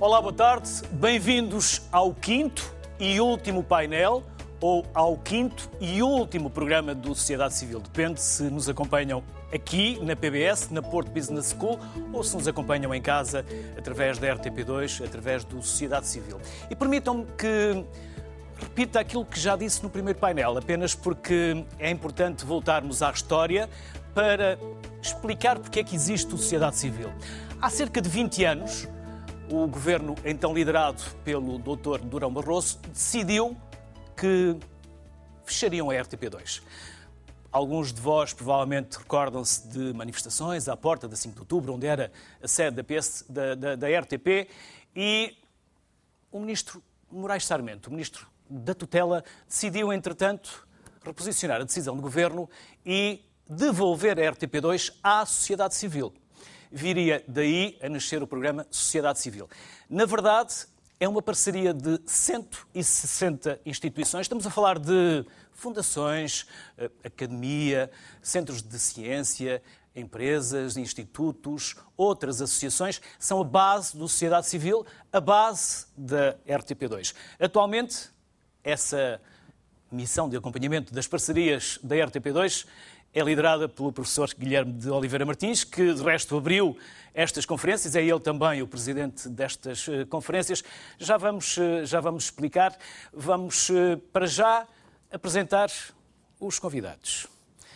Olá, boa tarde. Bem-vindos ao quinto e último painel, ou ao quinto e último programa do Sociedade Civil. Depende se nos acompanham aqui na PBS, na Porto Business School, ou se nos acompanham em casa através da RTP2, através do Sociedade Civil. E permitam-me que repita aquilo que já disse no primeiro painel, apenas porque é importante voltarmos à história para explicar porque é que existe o Sociedade Civil. Há cerca de 20 anos, o governo, então liderado pelo Dr. Durão Barroso, decidiu que fechariam a RTP2. Alguns de vós provavelmente recordam-se de manifestações à porta da 5 de outubro, onde era a sede da RTP, e o ministro Moraes Sarmento, o ministro da tutela, decidiu, entretanto, reposicionar a decisão do governo e devolver a RTP2 à sociedade civil. Viria daí a nascer o programa Sociedade Civil. Na verdade, é uma parceria de 160 instituições. Estamos a falar de fundações, academia, centros de ciência, empresas, institutos, outras associações. São a base do Sociedade Civil, a base da RTP2. Atualmente, essa missão de acompanhamento das parcerias da RTP2 é liderada pelo professor Guilherme de Oliveira Martins, que de resto abriu estas conferências, é ele também o presidente destas conferências. Já vamos explicar. Vamos, para já, apresentar os convidados.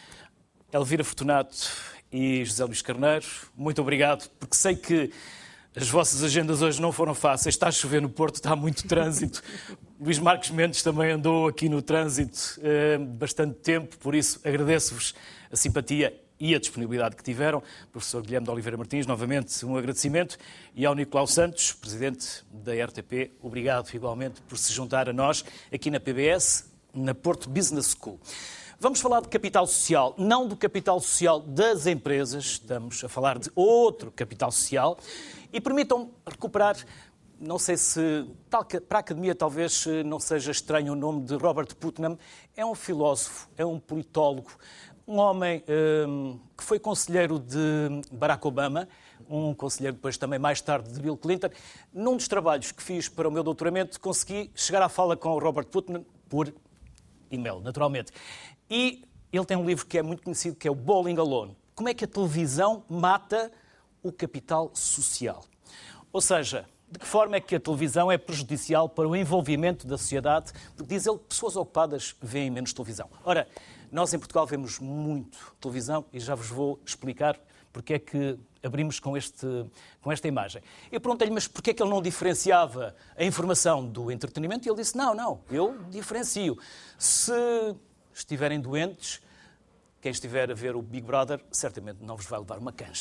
Elvira Fortunato e José Luís Carneiro, muito obrigado, porque sei que as vossas agendas hoje não foram fáceis. Está a chover no Porto, está muito trânsito. Luís Marcos Mendes também andou aqui no trânsito bastante tempo, por isso agradeço-vos a simpatia e a disponibilidade que tiveram. Professor Guilherme de Oliveira Martins, novamente um agradecimento. E ao Nicolau Santos, presidente da RTP, obrigado igualmente por se juntar a nós aqui na PBS, na Porto Business School. Vamos falar de capital social, não do capital social das empresas, estamos a falar de outro capital social. E permitam-me recuperar, não sei se para a academia talvez não seja estranho o nome de Robert Putnam, é um filósofo, é um politólogo, um homem que foi conselheiro de Barack Obama, um conselheiro depois também mais tarde de Bill Clinton. Num dos trabalhos que fiz para o meu doutoramento consegui chegar à fala com o Robert Putnam por e-mail, naturalmente. E ele tem um livro que é muito conhecido, que é o Bowling Alone. Como é que a televisão mata o capital social? Ou seja, de que forma é que a televisão é prejudicial para o envolvimento da sociedade? Porque, diz ele, pessoas ocupadas veem menos televisão. Ora, nós em Portugal vemos muito televisão e já vos vou explicar porque é que abrimos com esta imagem. Eu perguntei-lhe, mas porquê é que ele não diferenciava a informação do entretenimento? E ele disse, não, eu diferencio. Se estiverem doentes, quem estiver a ver o Big Brother certamente não vos vai levar uma canja.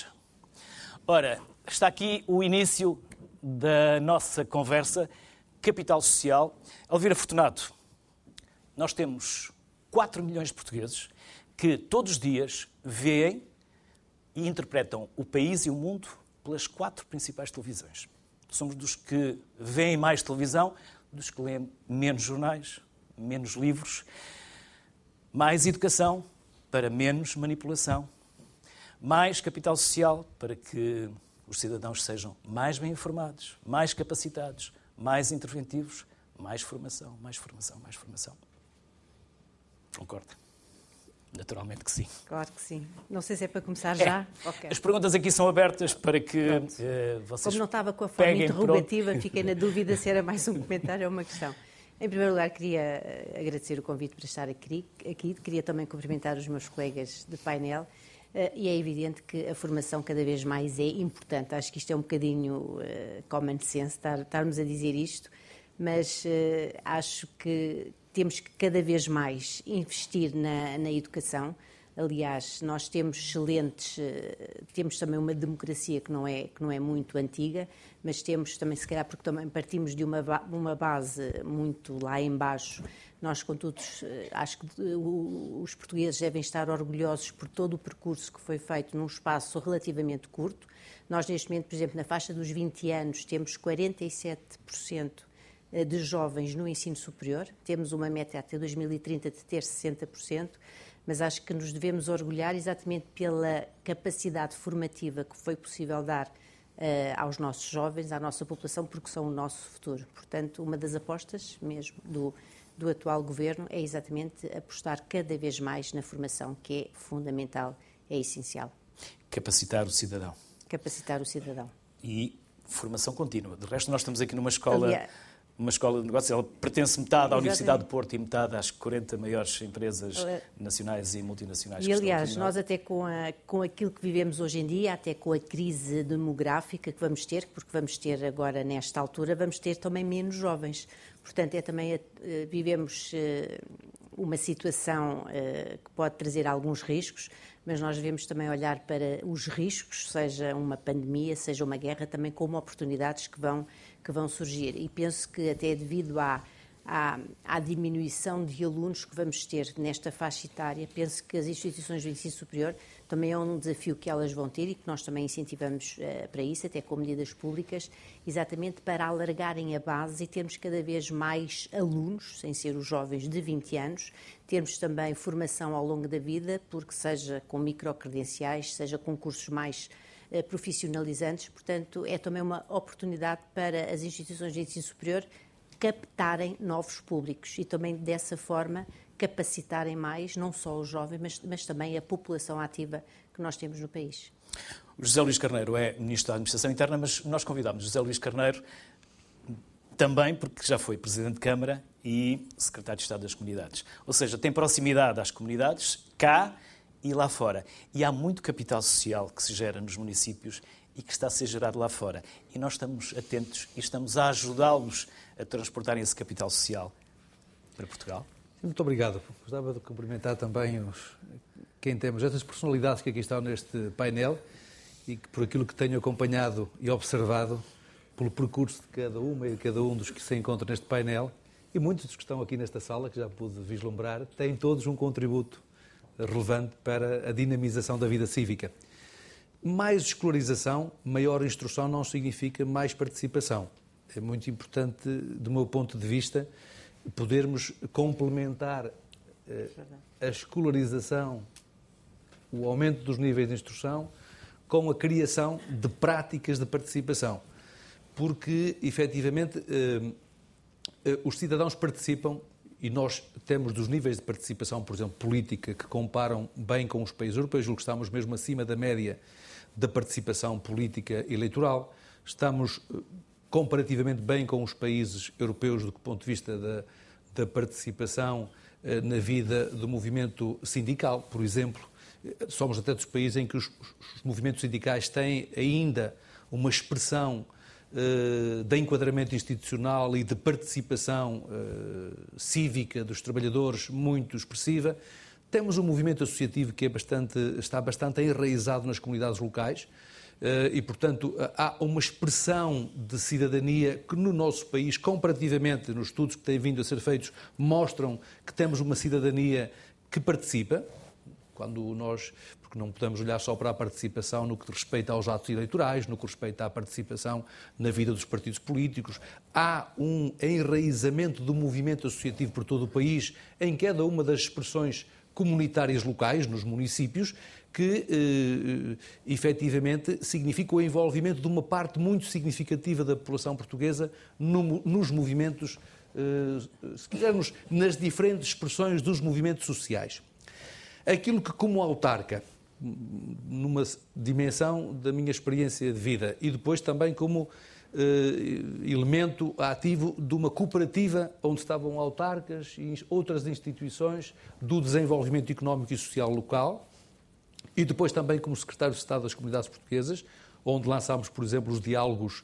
Ora, está aqui o início da nossa conversa, capital social. Elvira Fortunato, nós temos 4 milhões de portugueses que todos os dias veem e interpretam o país e o mundo pelas 4 principais televisões. Somos dos que veem mais televisão, dos que leem menos jornais, menos livros, mais educação para menos manipulação, mais capital social para que os cidadãos sejam mais bem informados, mais capacitados, mais interventivos, mais formação. Concorda? Naturalmente que sim. Claro que sim. Não sei se é para começar já. Okay. As perguntas aqui são abertas para que vocês Como não estava com a forma interrogativa, fiquei na dúvida se era mais um comentário ou uma questão. Em primeiro lugar, queria agradecer o convite para estar aqui. Queria também cumprimentar os meus colegas de painel. E é evidente que a formação cada vez mais é importante. Acho que isto é um bocadinho common sense, estarmos a dizer isto, mas acho que temos que cada vez mais investir na educação. Aliás, nós temos temos também uma democracia que não é muito antiga, mas temos também, se calhar, porque também partimos de uma base muito lá em baixo. Nós, contudo, acho que os portugueses devem estar orgulhosos por todo o percurso que foi feito num espaço relativamente curto. Nós, neste momento, por exemplo, na faixa dos 20 anos, temos 47% de jovens no ensino superior. Temos uma meta até 2030 de ter 60%. Mas acho que nos devemos orgulhar exatamente pela capacidade formativa que foi possível dar aos nossos jovens, à nossa população, porque são o nosso futuro. Portanto, uma das apostas mesmo do atual governo é exatamente apostar cada vez mais na formação, que é fundamental, é essencial. Capacitar o cidadão. Capacitar o cidadão. E formação contínua. De resto, nós estamos aqui numa escola de negócios. Ela pertence metade à Universidade do Porto e metade às 40 maiores empresas nacionais e multinacionais. E, aliás, nós até com aquilo que vivemos hoje em dia, até com a crise demográfica que vamos ter, porque vamos ter agora, nesta altura, vamos ter também menos jovens. Portanto, vivemos uma situação que pode trazer alguns riscos, mas nós devemos também olhar para os riscos, seja uma pandemia, seja uma guerra, também como oportunidades que vão surgir. E penso que até devido à diminuição de alunos que vamos ter nesta faixa etária, penso que as instituições do ensino superior também é um desafio que elas vão ter e que nós também incentivamos para isso, até com medidas públicas, exatamente para alargarem a base e termos cada vez mais alunos, sem ser os jovens de 20 anos, termos também formação ao longo da vida, porque seja com microcredenciais, seja com cursos mais profissionalizantes, portanto, é também uma oportunidade para as instituições de ensino superior captarem novos públicos e também dessa forma capacitarem mais, não só os jovens, mas também a população ativa que nós temos no país. O José Luís Carneiro é Ministro da Administração Interna, mas nós convidámos José Luís Carneiro também porque já foi Presidente de Câmara e Secretário de Estado das Comunidades. Ou seja, tem proximidade às comunidades, cá e lá fora. E há muito capital social que se gera nos municípios e que está a ser gerado lá fora. E nós estamos atentos e estamos a ajudá-los a transportarem esse capital social para Portugal. Muito obrigado. Gostava de cumprimentar também quem temos, estas personalidades que aqui estão neste painel e que, por aquilo que tenho acompanhado e observado, pelo percurso de cada uma e de cada um dos que se encontram neste painel, e muitos dos que estão aqui nesta sala, que já pude vislumbrar, têm todos um contributo relevante para a dinamização da vida cívica. Mais escolarização, maior instrução não significa mais participação. É muito importante, do meu ponto de vista, podermos complementar a escolarização, o aumento dos níveis de instrução, com a criação de práticas de participação. Porque, efetivamente, os cidadãos participam e nós temos dos níveis de participação, por exemplo, política, que comparam bem com os países europeus, julgo que estamos mesmo acima da média da participação política eleitoral. Estamos comparativamente bem com os países europeus do ponto de vista da participação na vida do movimento sindical, por exemplo. Somos até dos países em que os movimentos sindicais têm ainda uma expressão de enquadramento institucional e de participação cívica dos trabalhadores muito expressiva. Temos um movimento associativo que está bastante enraizado nas comunidades locais e, portanto, há uma expressão de cidadania que no nosso país, comparativamente nos estudos que têm vindo a ser feitos, mostram que temos uma cidadania que participa. Porque não podemos olhar só para a participação no que respeita aos atos eleitorais, no que respeita à participação na vida dos partidos políticos. Há um enraizamento do movimento associativo por todo o país, em cada uma das expressões comunitárias locais, nos municípios, que efetivamente significa o envolvimento de uma parte muito significativa da população portuguesa nos movimentos, se quisermos, nas diferentes expressões dos movimentos sociais. Aquilo que, como autarca, numa dimensão da minha experiência de vida e depois também como elemento ativo de uma cooperativa onde estavam autarcas e outras instituições do desenvolvimento económico e social local e depois também como secretário de Estado das Comunidades Portuguesas, onde lançámos, por exemplo, os diálogos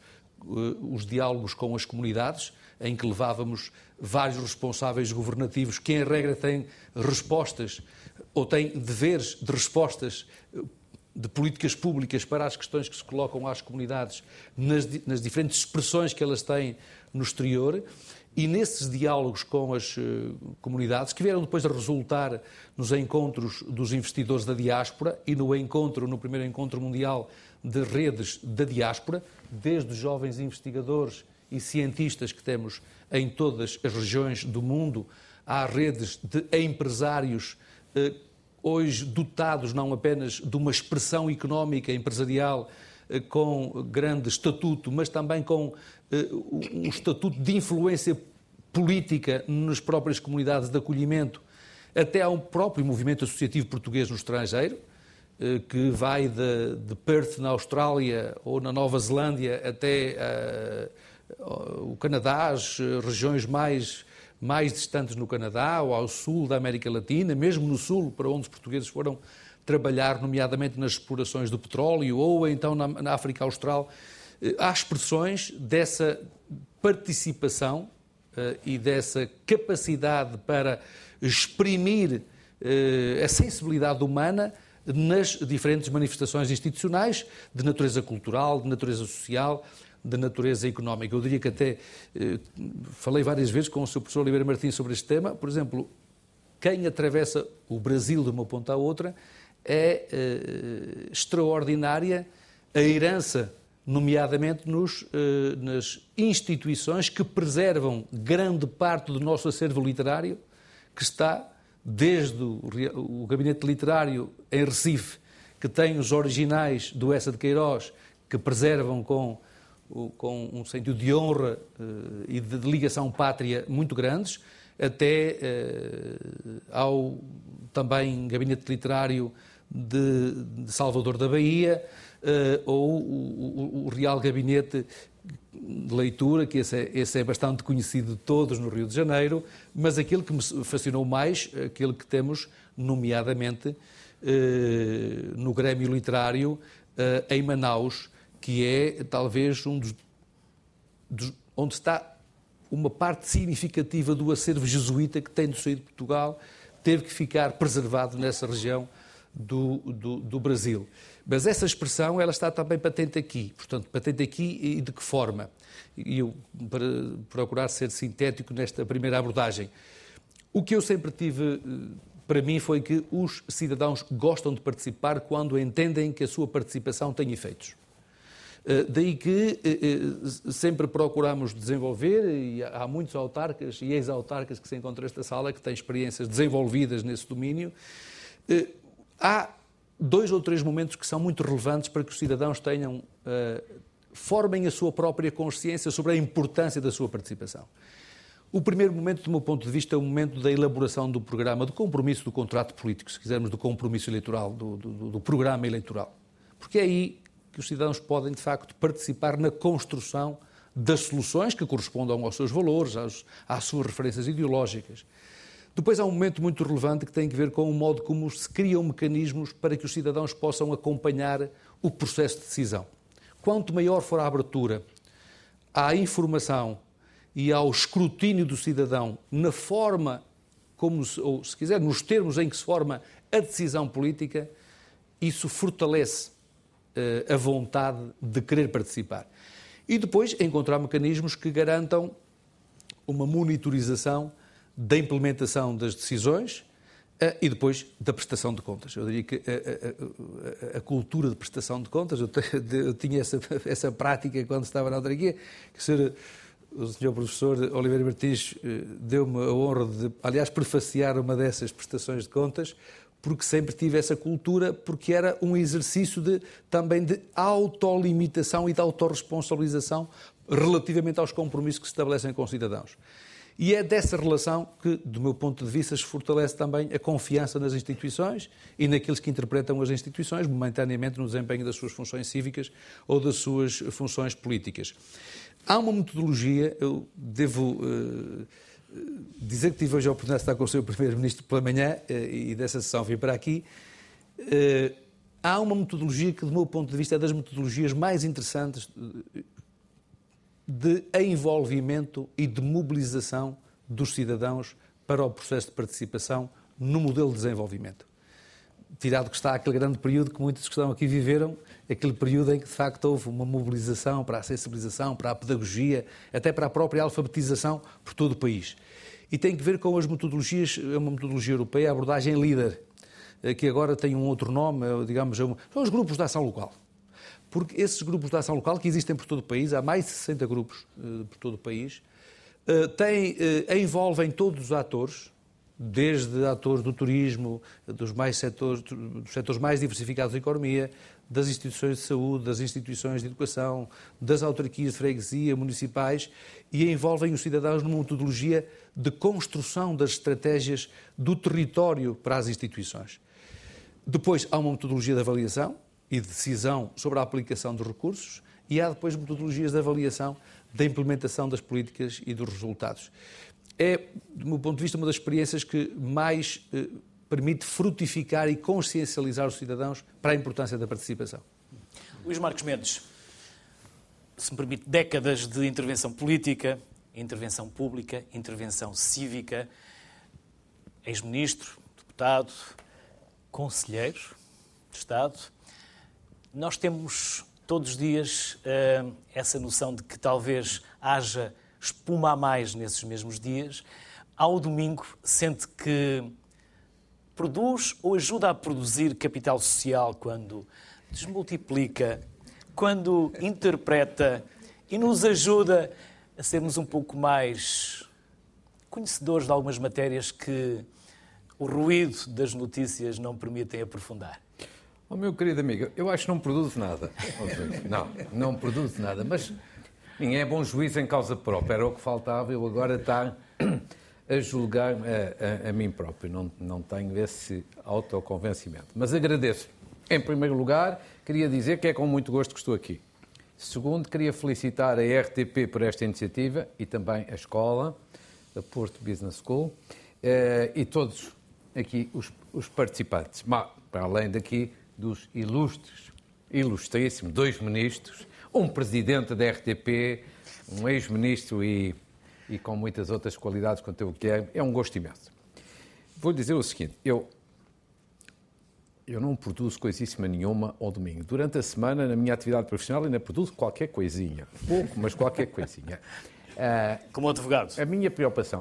com as comunidades, em que levávamos vários responsáveis governativos que, em regra, têm respostas ou têm deveres de respostas de políticas públicas para as questões que se colocam às comunidades nas diferentes expressões que elas têm no exterior. E nesses diálogos com as comunidades, que vieram depois a resultar nos encontros dos investidores da diáspora e no primeiro encontro mundial de redes da diáspora, desde os jovens investigadores e cientistas que temos em todas as regiões do mundo, há redes de empresários hoje dotados não apenas de uma expressão económica, empresarial com grande estatuto, mas também com um estatuto de influência política nas próprias comunidades de acolhimento, até ao próprio movimento associativo português no estrangeiro, que vai de Perth, na Austrália, ou na Nova Zelândia, até o Canadá, as regiões mais distantes no Canadá, ou ao sul da América Latina, mesmo no sul, para onde os portugueses foram trabalhar, nomeadamente nas explorações do petróleo, ou então na África Austral. Há expressões dessa participação e dessa capacidade para exprimir a sensibilidade humana nas diferentes manifestações institucionais de natureza cultural, de natureza social, de natureza económica. Eu diria que até falei várias vezes com o Sr. professor Oliveira Martins sobre este tema. Por exemplo, quem atravessa o Brasil de uma ponta à outra é extraordinária a herança, nomeadamente nas instituições que preservam grande parte do nosso acervo literário, que está desde o Gabinete Literário em Recife, que tem os originais do Eça de Queiroz, que preservam com um sentido de honra e de ligação pátria muito grandes, até ao também Gabinete Literário de Salvador da Bahia, ou o Real Gabinete de Leitura, que esse é bastante conhecido de todos no Rio de Janeiro, mas aquele que me fascinou mais, aquele que temos, nomeadamente, no Grêmio Literário, em Manaus, que é talvez onde está uma parte significativa do acervo jesuíta que tem saído de Portugal, teve que ficar preservado nessa região do Brasil. Mas essa expressão ela está também patente aqui. Portanto, patente aqui e de que forma? E eu, para procurar ser sintético nesta primeira abordagem, o que eu sempre tive para mim foi que os cidadãos gostam de participar quando entendem que a sua participação tem efeitos. Daí que sempre procuramos desenvolver, e há muitos autarcas e ex-autarcas que se encontram nesta sala que têm experiências desenvolvidas nesse domínio. Há 2 ou 3 momentos que são muito relevantes para que os cidadãos formem a sua própria consciência sobre a importância da sua participação. O primeiro momento, do meu ponto de vista, é o momento da elaboração do programa, do compromisso do contrato político, se quisermos, do compromisso eleitoral, do programa eleitoral. Porque é aí que os cidadãos podem, de facto, participar na construção das soluções que correspondam aos seus valores, às suas referências ideológicas. Depois há um momento muito relevante que tem a ver com o modo como se criam mecanismos para que os cidadãos possam acompanhar o processo de decisão. Quanto maior for a abertura à informação e ao escrutínio do cidadão na forma, ou se quiser, nos termos em que se forma a decisão política, isso fortalece a vontade de querer participar. E depois encontrar mecanismos que garantam uma monitorização da implementação das decisões e depois da prestação de contas. Eu diria que a cultura de prestação de contas, eu tinha essa prática quando estava na autarquia, que o Sr. Professor Oliveira Martins deu-me a honra de, aliás, prefaciar uma dessas prestações de contas, porque sempre tive essa cultura, porque era um exercício também de autolimitação e de autorresponsabilização relativamente aos compromissos que se estabelecem com os cidadãos. E é dessa relação que, do meu ponto de vista, se fortalece também a confiança nas instituições e naqueles que interpretam as instituições, momentaneamente no desempenho das suas funções cívicas ou das suas funções políticas. Há uma metodologia, eu devo dizer que tive hoje a oportunidade de estar com o Sr. Primeiro-Ministro pela manhã e dessa sessão vim para aqui. Há uma metodologia que, do meu ponto de vista, é das metodologias mais interessantes de envolvimento e de mobilização dos cidadãos para o processo de participação no modelo de desenvolvimento. Tirado que está aquele grande período que muitos que estão aqui viveram, aquele período em que de facto houve uma mobilização para a sensibilização, para a pedagogia, até para a própria alfabetização por todo o país. E tem que ver com as metodologias, é uma metodologia europeia, a abordagem líder, que agora tem um outro nome, digamos, são os grupos de ação local. Porque esses grupos de ação local, que existem por todo o país, há mais de 60 grupos por todo o país, envolvem todos os atores desde atores do turismo, dos setores mais diversificados da economia, das instituições de saúde, das instituições de educação, das autarquias de freguesia, municipais, e envolvem os cidadãos numa metodologia de construção das estratégias do território para as instituições. Depois há uma metodologia de avaliação e de decisão sobre a aplicação dos recursos, e há depois metodologias de avaliação da implementação das políticas e dos resultados. É, do meu ponto de vista, uma das experiências que mais permite frutificar e consciencializar os cidadãos para a importância da participação. Luís Marcos Mendes, se me permite, décadas de intervenção política, intervenção pública, intervenção cívica, ex-ministro, deputado, conselheiro de Estado. Nós temos todos os dias essa noção de que talvez haja espuma a mais nesses mesmos dias. Ao domingo, sente que produz ou ajuda a produzir capital social quando desmultiplica, quando interpreta e nos ajuda a sermos um pouco mais conhecedores de algumas matérias que o ruído das notícias não permitem aprofundar? Oh, meu querido amigo, eu acho que não produzo nada. Não produzo nada, mas ninguém é bom juiz em causa própria. Era o que faltava, eu agora estar a julgar a mim próprio. Não tenho esse autoconvencimento. Mas agradeço. Em primeiro lugar, queria dizer que é com muito gosto que estou aqui. Segundo, queria felicitar a RTP por esta iniciativa e também a escola, a Porto Business School, e todos aqui os participantes. Mas, para além daqui dos ilustríssimos 2 ministros, um presidente da RTP, um ex-ministro e com muitas outras qualidades quanto eu quero, é um gosto imenso. Vou dizer o seguinte, eu não produzo coisíssima nenhuma ao domingo. Durante a semana, na minha atividade profissional, ainda produzo qualquer coisinha. Pouco, mas qualquer coisinha. Como advogado? A minha preocupação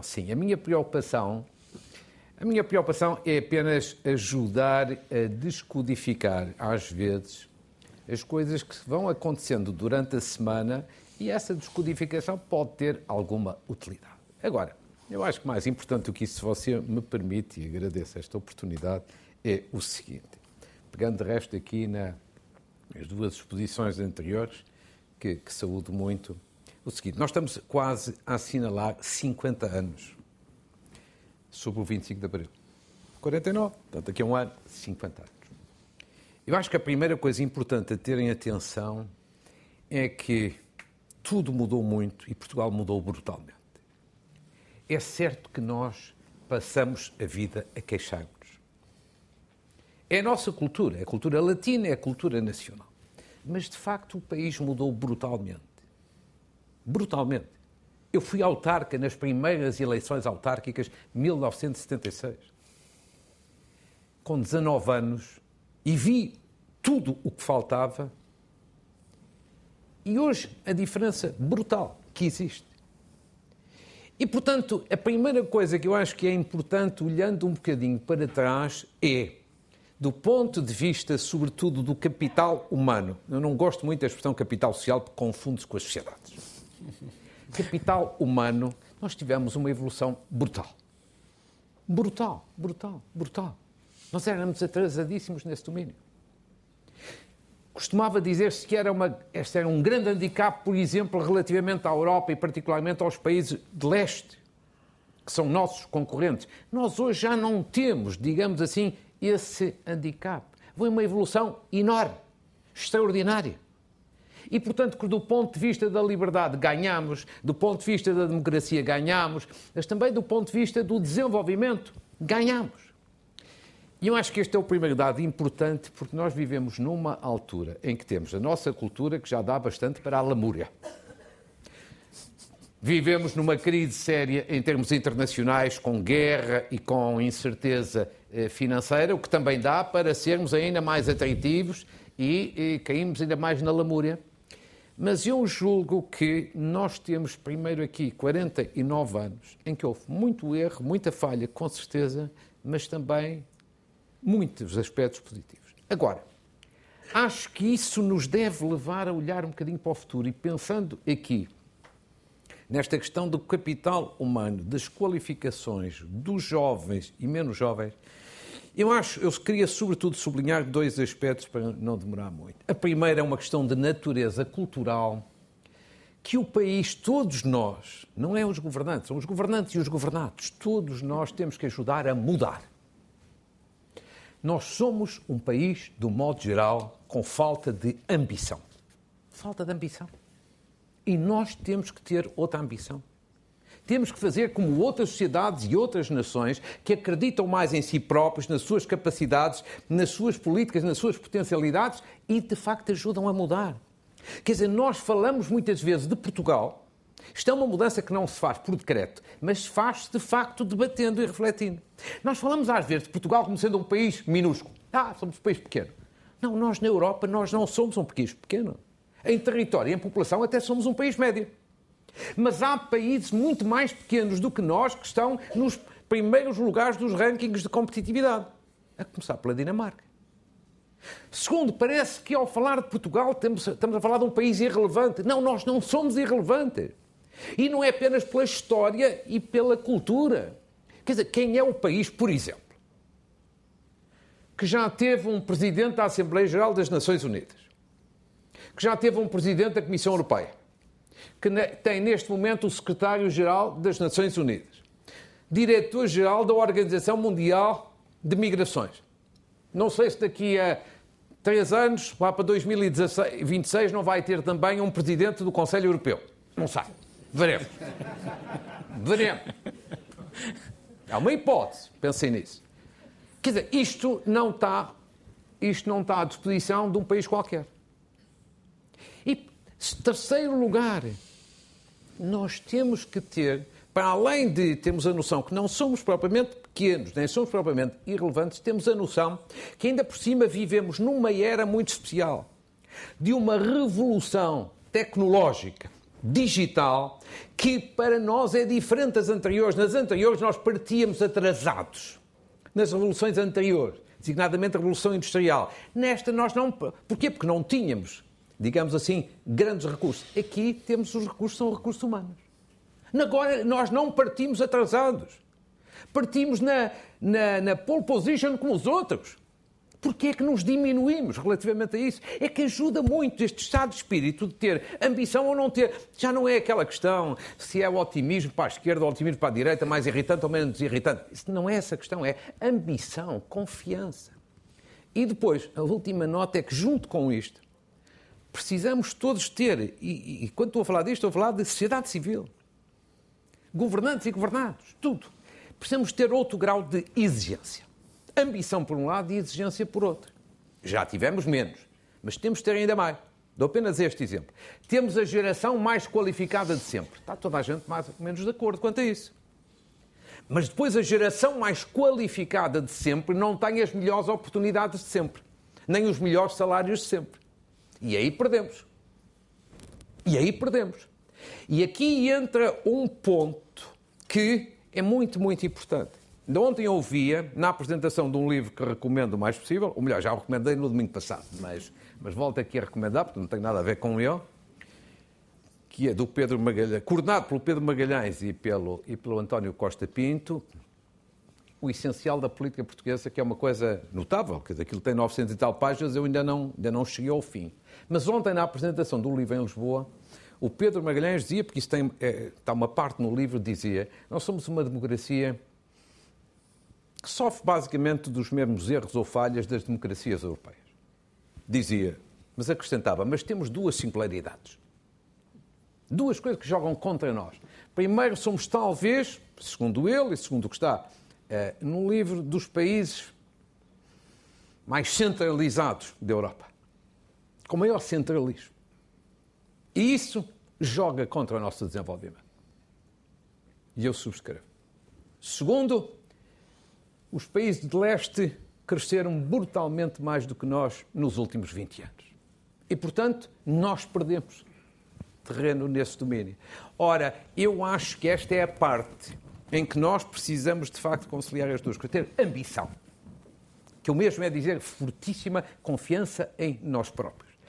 é apenas ajudar a descodificar, às vezes, as coisas que vão acontecendo durante a semana, e essa descodificação pode ter alguma utilidade. Agora, eu acho que mais importante do que isso, se você me permite, e agradeço esta oportunidade, é o seguinte. Pegando de resto aqui nas 2 exposições anteriores, que saúdo muito, o seguinte, nós estamos quase a assinalar 50 anos sobre o 25 de Abril. 49, portanto, daqui a um ano, 50 anos. Eu acho que a primeira coisa importante a terem atenção é que tudo mudou muito e Portugal mudou brutalmente. É certo que nós passamos a vida a queixar-nos. É a nossa cultura, é a cultura latina, é a cultura nacional. Mas, de facto, o país mudou brutalmente. Brutalmente. Eu fui autarca nas primeiras eleições autárquicas de 1976. Com 19 anos, e vi tudo o que faltava. E hoje a diferença brutal que existe. E, portanto, a primeira coisa que eu acho que é importante, olhando um bocadinho para trás, é, do ponto de vista, sobretudo, do capital humano. Eu não gosto muito da expressão capital social, porque confunde-se com as sociedades. Capital humano, nós tivemos uma evolução brutal. Brutal, brutal, brutal. Nós éramos atrasadíssimos nesse domínio. Costumava dizer-se que este era um grande handicap, por exemplo, relativamente à Europa e particularmente aos países de leste, que são nossos concorrentes. Nós hoje já não temos, digamos assim, esse handicap. Foi uma evolução enorme, extraordinária. E, portanto, do ponto de vista da liberdade ganhamos, do ponto de vista da democracia ganhamos, mas também do ponto de vista do desenvolvimento ganhamos. E eu acho que este é o primeiro dado importante, porque nós vivemos numa altura em que temos a nossa cultura, que já dá bastante para a lamúria. Vivemos numa crise séria em termos internacionais, com guerra e com incerteza financeira, o que também dá para sermos ainda mais atrativos e caímos ainda mais na lamúria. Mas eu julgo que nós temos primeiro aqui 49 anos em que houve muito erro, muita falha, com certeza, mas também muitos aspectos positivos. Agora, acho que isso nos deve levar a olhar um bocadinho para o futuro e pensando aqui nesta questão do capital humano, das qualificações dos jovens e menos jovens, eu queria sobretudo sublinhar 2 aspectos para não demorar muito. A primeira é uma questão de natureza cultural, que o país, todos nós, não é os governantes, são os governantes e os governados, todos nós temos que ajudar a mudar. Nós somos um país, do modo geral, com falta de ambição. Falta de ambição. E nós temos que ter outra ambição. Temos que fazer como outras sociedades e outras nações que acreditam mais em si próprios, nas suas capacidades, nas suas políticas, nas suas potencialidades e, de facto, ajudam a mudar. Quer dizer, nós falamos muitas vezes de Portugal. Isto é uma mudança que não se faz por decreto, mas se faz, de facto, debatendo e refletindo. Nós falamos, às vezes, de Portugal como sendo um país minúsculo. Somos um país pequeno. Não, nós na Europa, nós não somos um país pequeno. Em território e em população até somos um país médio. Mas há países muito mais pequenos do que nós que estão nos primeiros lugares dos rankings de competitividade. A começar pela Dinamarca. Segundo, parece que ao falar de Portugal estamos a falar de um país irrelevante. Não, nós não somos irrelevantes. E não é apenas pela história e pela cultura. Quer dizer, quem é o país, por exemplo, que já teve um presidente da Assembleia Geral das Nações Unidas, que já teve um presidente da Comissão Europeia, que tem neste momento o secretário-geral das Nações Unidas, diretor-geral da Organização Mundial de Migrações. Não sei se daqui a 3 anos, lá para 2026, não vai ter também um presidente do Conselho Europeu. Não sabe. Veremos. Veremos. É uma hipótese. Pensem nisso. Quer dizer, isto não está à disposição de um país qualquer. E, terceiro lugar, nós temos que ter, para além de termos a noção que não somos propriamente pequenos, nem somos propriamente irrelevantes, temos a noção que ainda por cima vivemos numa era muito especial, de uma revolução tecnológica, digital, que para nós é diferente das anteriores. Nas anteriores nós partíamos atrasados. Nas revoluções anteriores, designadamente a Revolução Industrial. Nesta nós não... Porquê? Porque não tínhamos, digamos assim, grandes recursos. Aqui temos os recursos, são recursos humanos. Agora nós não partimos atrasados. Partimos na pole position como os outros. Porquê é que nos diminuímos relativamente a isso? É que ajuda muito este estado de espírito de ter ambição ou não ter. Já não é aquela questão se é o otimismo para a esquerda ou o otimismo para a direita, mais irritante ou menos irritante. Isso não é essa questão, é ambição, confiança. E depois, a última nota é que, junto com isto, precisamos todos ter, e quando estou a falar disto, estou a falar de sociedade civil, governantes e governados, tudo. Precisamos ter outro grau de exigência. Ambição por um lado e exigência por outro. Já tivemos menos, mas temos de ter ainda mais. Dou apenas este exemplo. Temos a geração mais qualificada de sempre. Está toda a gente mais ou menos de acordo quanto a isso. Mas depois a geração mais qualificada de sempre não tem as melhores oportunidades de sempre, nem os melhores salários de sempre. E aí perdemos. E aqui entra um ponto que é muito, muito importante. De ontem eu ouvia, na apresentação de um livro que recomendo o mais possível, ou melhor, já o recomendei no domingo passado, mas volto aqui a recomendar, porque não tem nada a ver com ele, que é do Pedro Magalhães, coordenado pelo Pedro Magalhães e pelo António Costa Pinto, O Essencial da Política Portuguesa, que é uma coisa notável, que aquilo tem 900 e tal páginas, eu ainda não cheguei ao fim. Mas ontem, na apresentação do livro em Lisboa, o Pedro Magalhães dizia, porque isso está uma parte no livro, dizia, nós somos uma democracia que sofre basicamente dos mesmos erros ou falhas das democracias europeias. Dizia, mas acrescentava, mas temos duas singularidades. Duas coisas que jogam contra nós. Primeiro, somos talvez, segundo ele e segundo o que está no livro, dos países mais centralizados da Europa. Com maior centralismo. E isso joga contra o nosso desenvolvimento. E eu subscrevo. Segundo, os países de leste cresceram brutalmente mais do que nós nos últimos 20 anos. E, portanto, nós perdemos terreno nesse domínio. Ora, eu acho que esta é a parte em que nós precisamos, de facto, conciliar as duas coisas. Ter ambição, que o mesmo é dizer fortíssima confiança em nós próprios.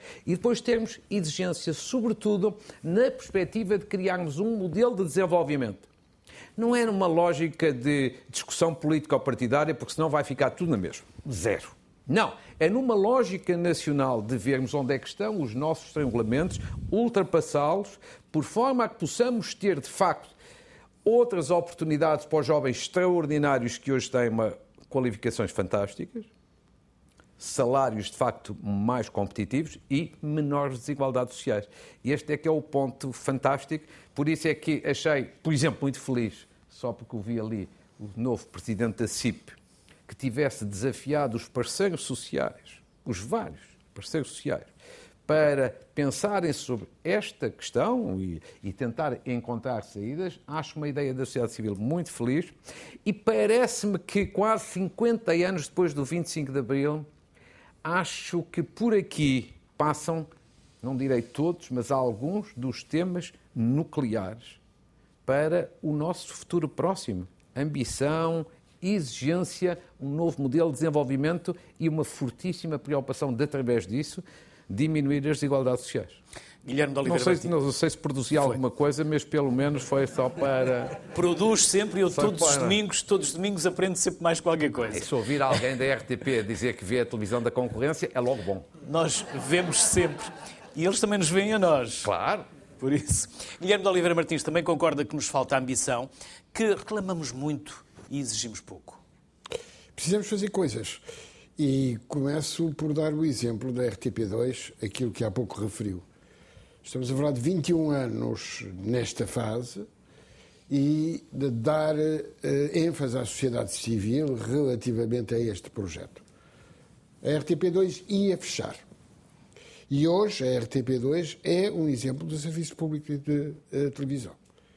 E depois termos exigência, sobretudo, na perspectiva de criarmos um modelo de desenvolvimento. Não é numa lógica de discussão político-partidária, porque senão vai ficar tudo na mesma. Zero. Não. É numa lógica nacional de vermos onde é que estão os nossos estrangulamentos, ultrapassá-los, por forma a que possamos ter, de facto, outras oportunidades para os jovens extraordinários que hoje têm qualificações fantásticas, salários, de facto, mais competitivos e menores desigualdades sociais. Este é que é o ponto fantástico. Por isso é que achei, por exemplo, muito feliz, só porque o vi ali, o novo presidente da CIP, que tivesse desafiado os parceiros sociais, os vários parceiros sociais, para pensarem sobre esta questão e tentar encontrar saídas. Acho uma ideia da sociedade civil muito feliz e parece-me que quase 50 anos depois do 25 de Abril, acho que por aqui passam, não direi todos, mas alguns dos temas nucleares para o nosso futuro próximo. Ambição, exigência, um novo modelo de desenvolvimento e uma fortíssima preocupação de, através disso, diminuir as desigualdades sociais. Guilherme de Oliveira. Não sei se produzia alguma coisa, mas pelo menos foi só para... Produz sempre, eu todos os domingos aprendo sempre mais qualquer coisa. E se ouvir alguém da RTP dizer que vê a televisão da concorrência, é logo bom. Nós vemos sempre. E eles também nos veem a nós. Claro. Por isso. Guilherme de Oliveira Martins também concorda que nos falta ambição, que reclamamos muito e exigimos pouco. Precisamos fazer coisas. E começo por dar o exemplo da RTP2, aquilo que há pouco referiu. Estamos a falar de 21 anos nesta fase e de dar ênfase à sociedade civil relativamente a este projeto. A RTP2 ia fechar. E hoje a RTP2 é um exemplo do serviço público de televisão.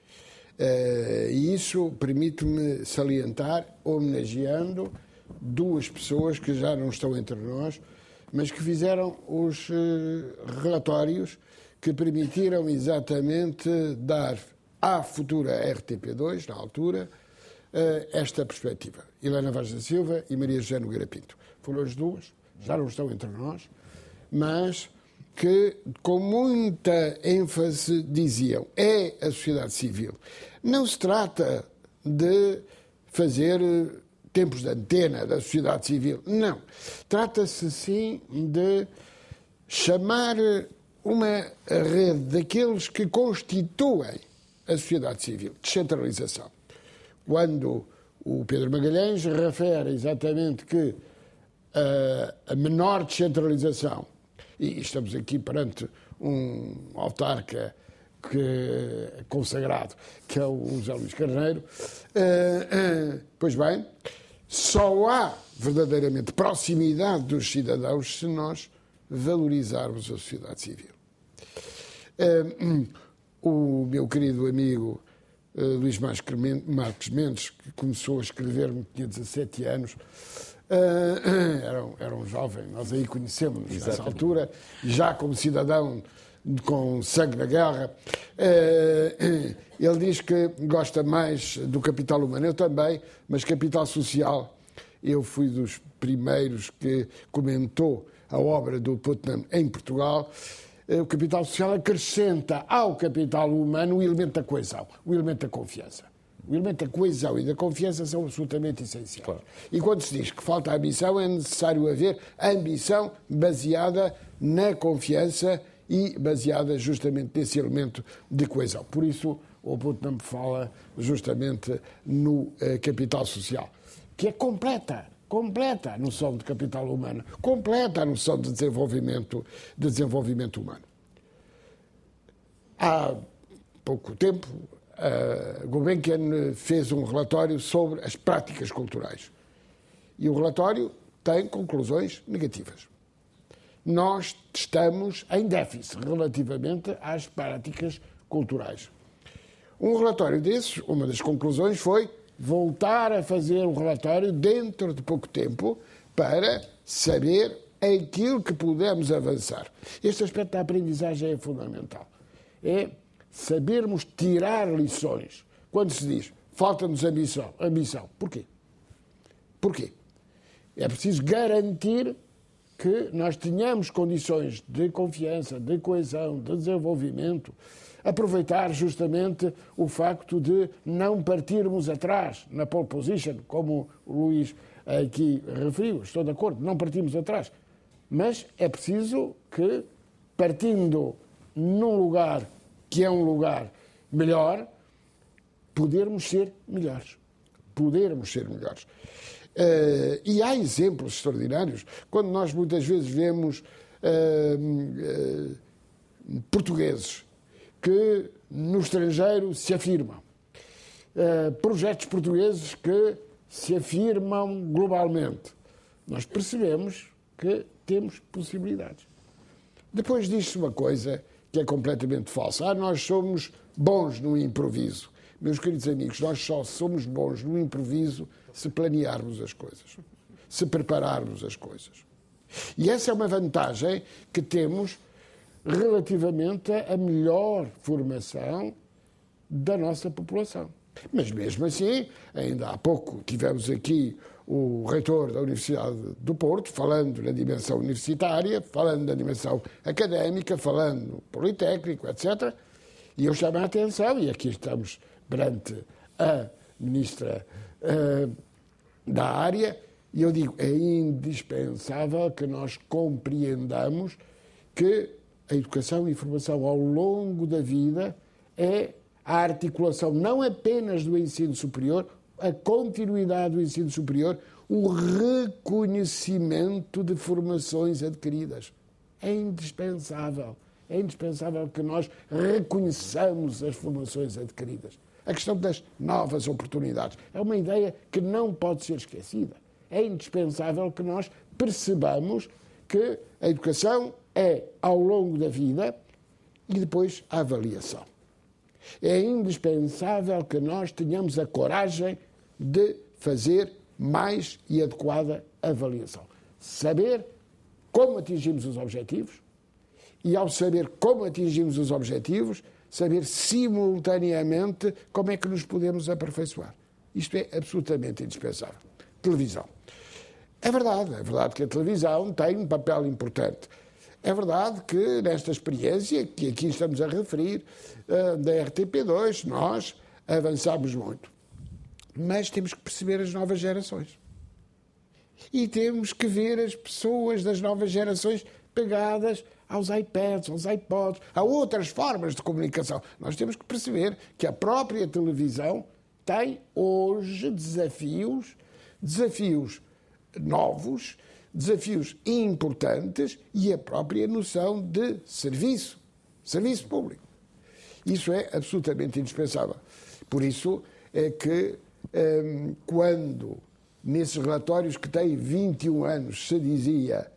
E isso permite-me salientar, homenageando duas pessoas que já não estão entre nós, mas que fizeram os relatórios que permitiram exatamente dar à futura RTP2, na altura, esta perspectiva. Helena Vaz da Silva e Maria José Nogueira Pinto. Foram as duas, já não estão entre nós, mas que com muita ênfase diziam: é a sociedade civil. Não se trata de fazer tempos de antena da sociedade civil, não. Trata-se, sim, de chamar uma rede daqueles que constituem a sociedade civil, descentralização. Quando o Pedro Magalhães refere exatamente que a menor descentralização, e estamos aqui perante um autarca consagrado, que é o José Luís Carneiro, pois bem, só há verdadeiramente proximidade dos cidadãos se nós valorizarmos a sociedade civil. O meu querido amigo Luís Marques Mendes, que começou a escrever-me, tinha 17 anos, era um jovem, nós aí conhecemos-nos nessa altura, já como cidadão com sangue na guerra. Ele diz que gosta mais do capital humano, eu também, mas capital social. Eu fui dos primeiros que comentou a obra do Putnam em Portugal. O capital social acrescenta ao capital humano o elemento da coesão, o elemento da confiança. O elemento da coesão e da confiança são absolutamente essenciais. Claro. E quando se diz que falta ambição, é necessário haver ambição baseada na confiança e baseada justamente nesse elemento de coesão. Por isso, o Putnam fala justamente no capital social, que é completa a noção de capital humano, completa a noção de desenvolvimento humano. Há pouco tempo, Gulbenkian fez um relatório sobre as práticas culturais. E o relatório tem conclusões negativas. Nós estamos em déficit relativamente às práticas culturais. Um relatório desses, uma das conclusões foi voltar a fazer um relatório dentro de pouco tempo para saber aquilo que podemos avançar. Este aspecto da aprendizagem é fundamental. É sabermos tirar lições. Quando se diz falta-nos ambição. Porquê? É preciso garantir que nós tenhamos condições de confiança, de coesão, de desenvolvimento, aproveitar justamente o facto de não partirmos atrás na pole position, como o Luís aqui referiu, estou de acordo, não partimos atrás. Mas é preciso que, partindo num lugar que é um lugar melhor, podermos ser melhores. E há exemplos extraordinários. Quando nós muitas vezes vemos portugueses que no estrangeiro se afirmam, projetos portugueses que se afirmam globalmente, nós percebemos que temos possibilidades. Depois diz-se uma coisa que é completamente falsa. Nós somos bons no improviso. Meus queridos amigos, nós só somos bons no improviso se planearmos as coisas, se prepararmos as coisas. E essa é uma vantagem que temos relativamente à melhor formação da nossa população. Mas mesmo assim, ainda há pouco tivemos aqui o reitor da Universidade do Porto, falando na dimensão universitária, falando na dimensão académica, falando no Politécnico, etc. E eu chamo a atenção, e aqui estamos perante a Ministra da área, e eu digo, é indispensável que nós compreendamos que a educação e a formação ao longo da vida é a articulação não apenas do ensino superior, a continuidade do ensino superior, o reconhecimento de formações adquiridas. É indispensável que nós reconheçamos as formações adquiridas. A questão das novas oportunidades é uma ideia que não pode ser esquecida. É indispensável que nós percebamos que a educação é ao longo da vida e depois a avaliação. É indispensável que nós tenhamos a coragem de fazer mais e adequada avaliação. Saber como atingimos os objetivos e, ao saber como atingimos os objetivos, saber simultaneamente como é que nos podemos aperfeiçoar. Isto é absolutamente indispensável. Televisão. É verdade que a televisão tem um papel importante. É verdade que nesta experiência, que aqui estamos a referir, da RTP2, nós avançámos muito. Mas temos que perceber as novas gerações. E temos que ver as pessoas das novas gerações pegadas aos iPads, aos iPods, a outras formas de comunicação. Nós temos que perceber que a própria televisão tem hoje desafios novos, desafios importantes e a própria noção de serviço público. Isso é absolutamente indispensável. Por isso é que quando nesses relatórios que têm 21 anos se dizia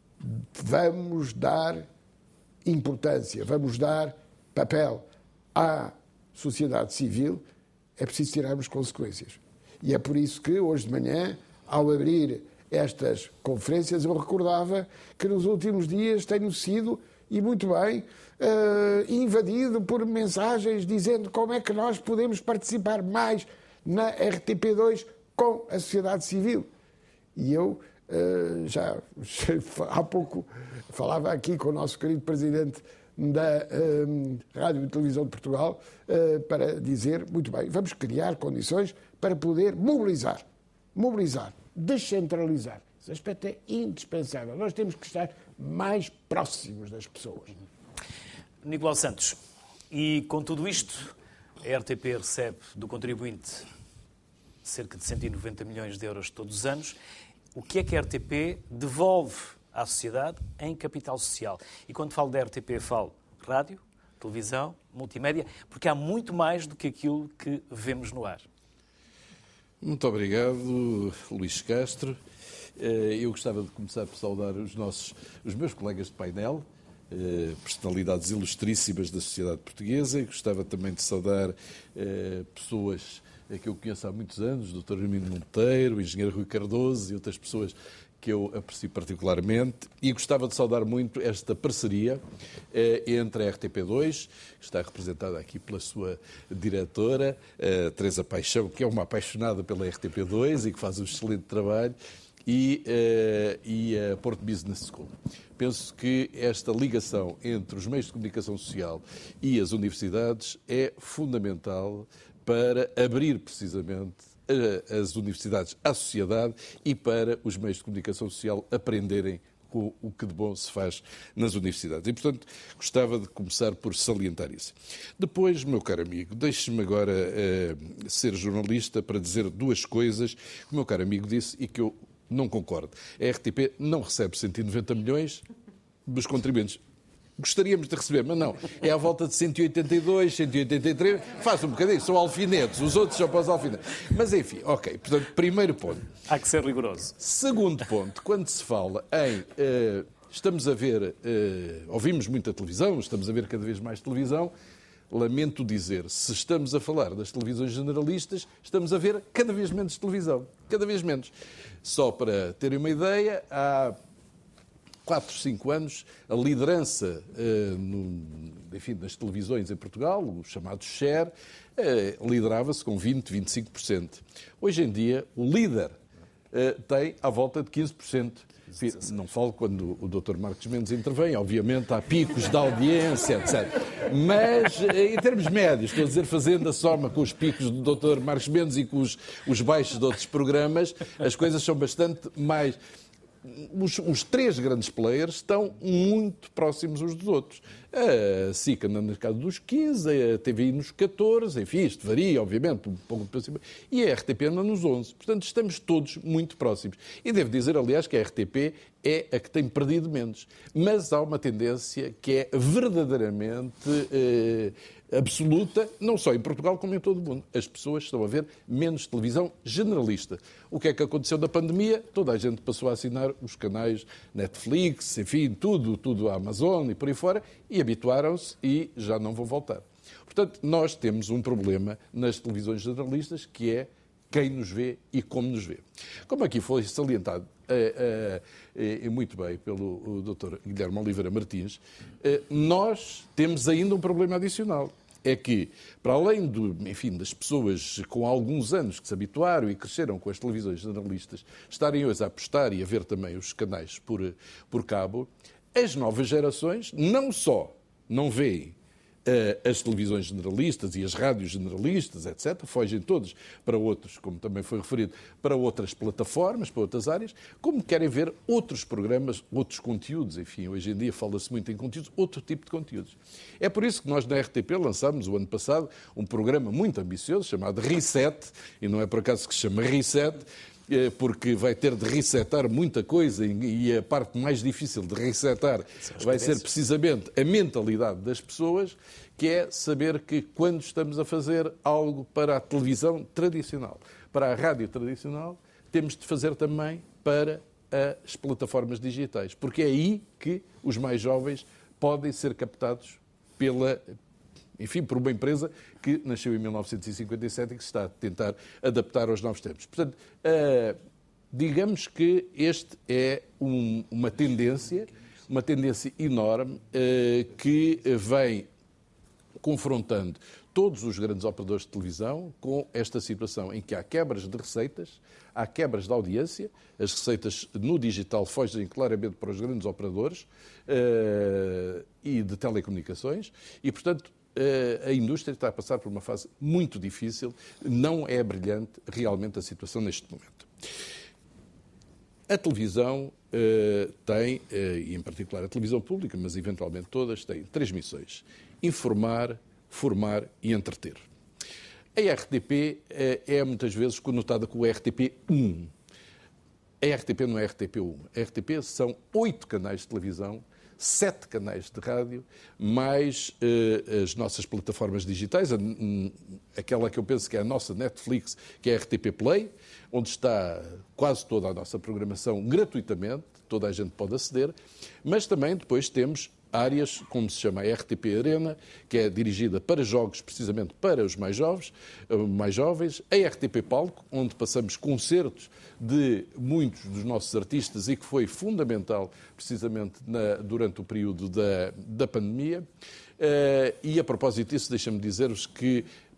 vamos dar importância, vamos dar papel à sociedade civil, é preciso tirarmos consequências. E é por isso que hoje de manhã, ao abrir estas conferências, eu recordava que nos últimos dias tenho sido, e muito bem, invadido por mensagens dizendo como é que nós podemos participar mais na RTP2 com a sociedade civil. E eu já há pouco falava aqui com o nosso querido presidente da Rádio e Televisão de Portugal para dizer, muito bem, vamos criar condições para poder mobilizar, descentralizar. Esse aspecto é indispensável. Nós temos que estar mais próximos das pessoas. Nicolau Santos, e com tudo isto, a RTP recebe do contribuinte cerca de 190 milhões de euros todos os anos. O que é que a RTP devolve à sociedade em capital social? E quando falo da RTP, falo rádio, televisão, multimédia, porque há muito mais do que aquilo que vemos no ar. Muito obrigado, Luís Castro. Eu gostava de começar por saudar os meus colegas de painel, personalidades ilustríssimas da sociedade portuguesa, e gostava também de saudar pessoas que eu conheço há muitos anos, o Dr. Hermínio Monteiro, o engenheiro Rui Cardoso e outras pessoas que eu aprecio particularmente, e gostava de saudar muito esta parceria entre a RTP2, que está representada aqui pela sua diretora, Teresa Paixão, que é uma apaixonada pela RTP2 e que faz um excelente trabalho, e a Porto Business School. Penso que esta ligação entre os meios de comunicação social e as universidades é fundamental para abrir precisamente as universidades à sociedade e para os meios de comunicação social aprenderem com o que de bom se faz nas universidades. E, portanto, gostava de começar por salientar isso. Depois, meu caro amigo, deixe-me agora ser jornalista para dizer duas coisas que o meu caro amigo disse e que eu não concordo. A RTP não recebe 190 milhões dos contribuintes. Gostaríamos de receber, mas não. É à volta de 182, 183, faz um bocadinho, são alfinetes, os outros são para os alfinetes. Mas enfim, ok, portanto, primeiro ponto. Há que ser rigoroso. Segundo ponto, quando se fala em... estamos a ver, ouvimos muita televisão, estamos a ver cada vez mais televisão, lamento dizer, se estamos a falar das televisões generalistas, estamos a ver cada vez menos televisão, cada vez menos. Só para terem uma ideia, há 4, 5 anos, a liderança das televisões em Portugal, o chamado share, liderava-se com 20, 25%. Hoje em dia, o líder tem à volta de 15%. Não falo quando o Dr. Marcos Mendes intervém, obviamente há picos de audiência, etc. Mas, em termos médios, estou a dizer, fazendo a soma com os picos do Dr. Marcos Mendes e com os baixos de outros programas, as coisas são bastante mais... Os 3 grandes players estão muito próximos uns dos outros. A SIC anda na casa dos 15, a TVI nos 14, enfim, isto varia, obviamente, um pouco para cima, e a RTP anda nos 11. Portanto, estamos todos muito próximos. E devo dizer, aliás, que a RTP é a que tem perdido menos. Mas há uma tendência que é verdadeiramente absoluta, não só em Portugal como em todo o mundo. As pessoas estão a ver menos televisão generalista. O que é que aconteceu na pandemia? Toda a gente passou a assinar os canais Netflix, enfim, tudo a Amazon e por aí fora, e habituaram-se e já não vão voltar. Portanto, nós temos um problema nas televisões generalistas, que é quem nos vê e como nos vê. Como aqui foi salientado muito bem pelo Dr. Guilherme Oliveira Martins, nós temos ainda um problema adicional. É que, para além das pessoas com alguns anos que se habituaram e cresceram com as televisões generalistas, estarem hoje a apostar e a ver também os canais por cabo, as novas gerações não só não veem as televisões generalistas e as rádios generalistas, etc., fogem todos para outros, como também foi referido, para outras plataformas, para outras áreas, como querem ver outros programas, outros conteúdos. Enfim, hoje em dia fala-se muito em conteúdos, outro tipo de conteúdos. É por isso que nós na RTP lançámos, o ano passado, um programa muito ambicioso, chamado Reset, e não é por acaso que se chama Reset, porque vai ter de resetar muita coisa e a parte mais difícil de resetar vai ser precisamente a mentalidade das pessoas, que é saber que quando estamos a fazer algo para a televisão tradicional, para a rádio tradicional, temos de fazer também para as plataformas digitais, porque é aí que os mais jovens podem ser captados por uma empresa que nasceu em 1957 e que se está a tentar adaptar aos novos tempos. Portanto, digamos que este é uma tendência enorme que vem confrontando todos os grandes operadores de televisão com esta situação em que há quebras de receitas, há quebras de audiência, as receitas no digital fogem claramente para os grandes operadores e de telecomunicações e, portanto, a indústria está a passar por uma fase muito difícil, não é brilhante realmente a situação neste momento. A televisão tem, e em particular a televisão pública, mas eventualmente todas, têm 3 missões: informar, formar e entreter. A RTP é muitas vezes conotada com o RTP1. A RTP não é RTP1. A RTP são 8 canais de televisão, 7 canais de rádio, mais as nossas plataformas digitais, aquela que eu penso que é a nossa Netflix, que é a RTP Play, onde está quase toda a nossa programação gratuitamente, toda a gente pode aceder, mas também depois temos áreas, como se chama a RTP Arena, que é dirigida para jogos, precisamente para os mais jovens, a RTP Palco, onde passamos concertos de muitos dos nossos artistas e que foi fundamental, precisamente, durante o período da pandemia. E, a propósito disso, deixa-me dizer-vos que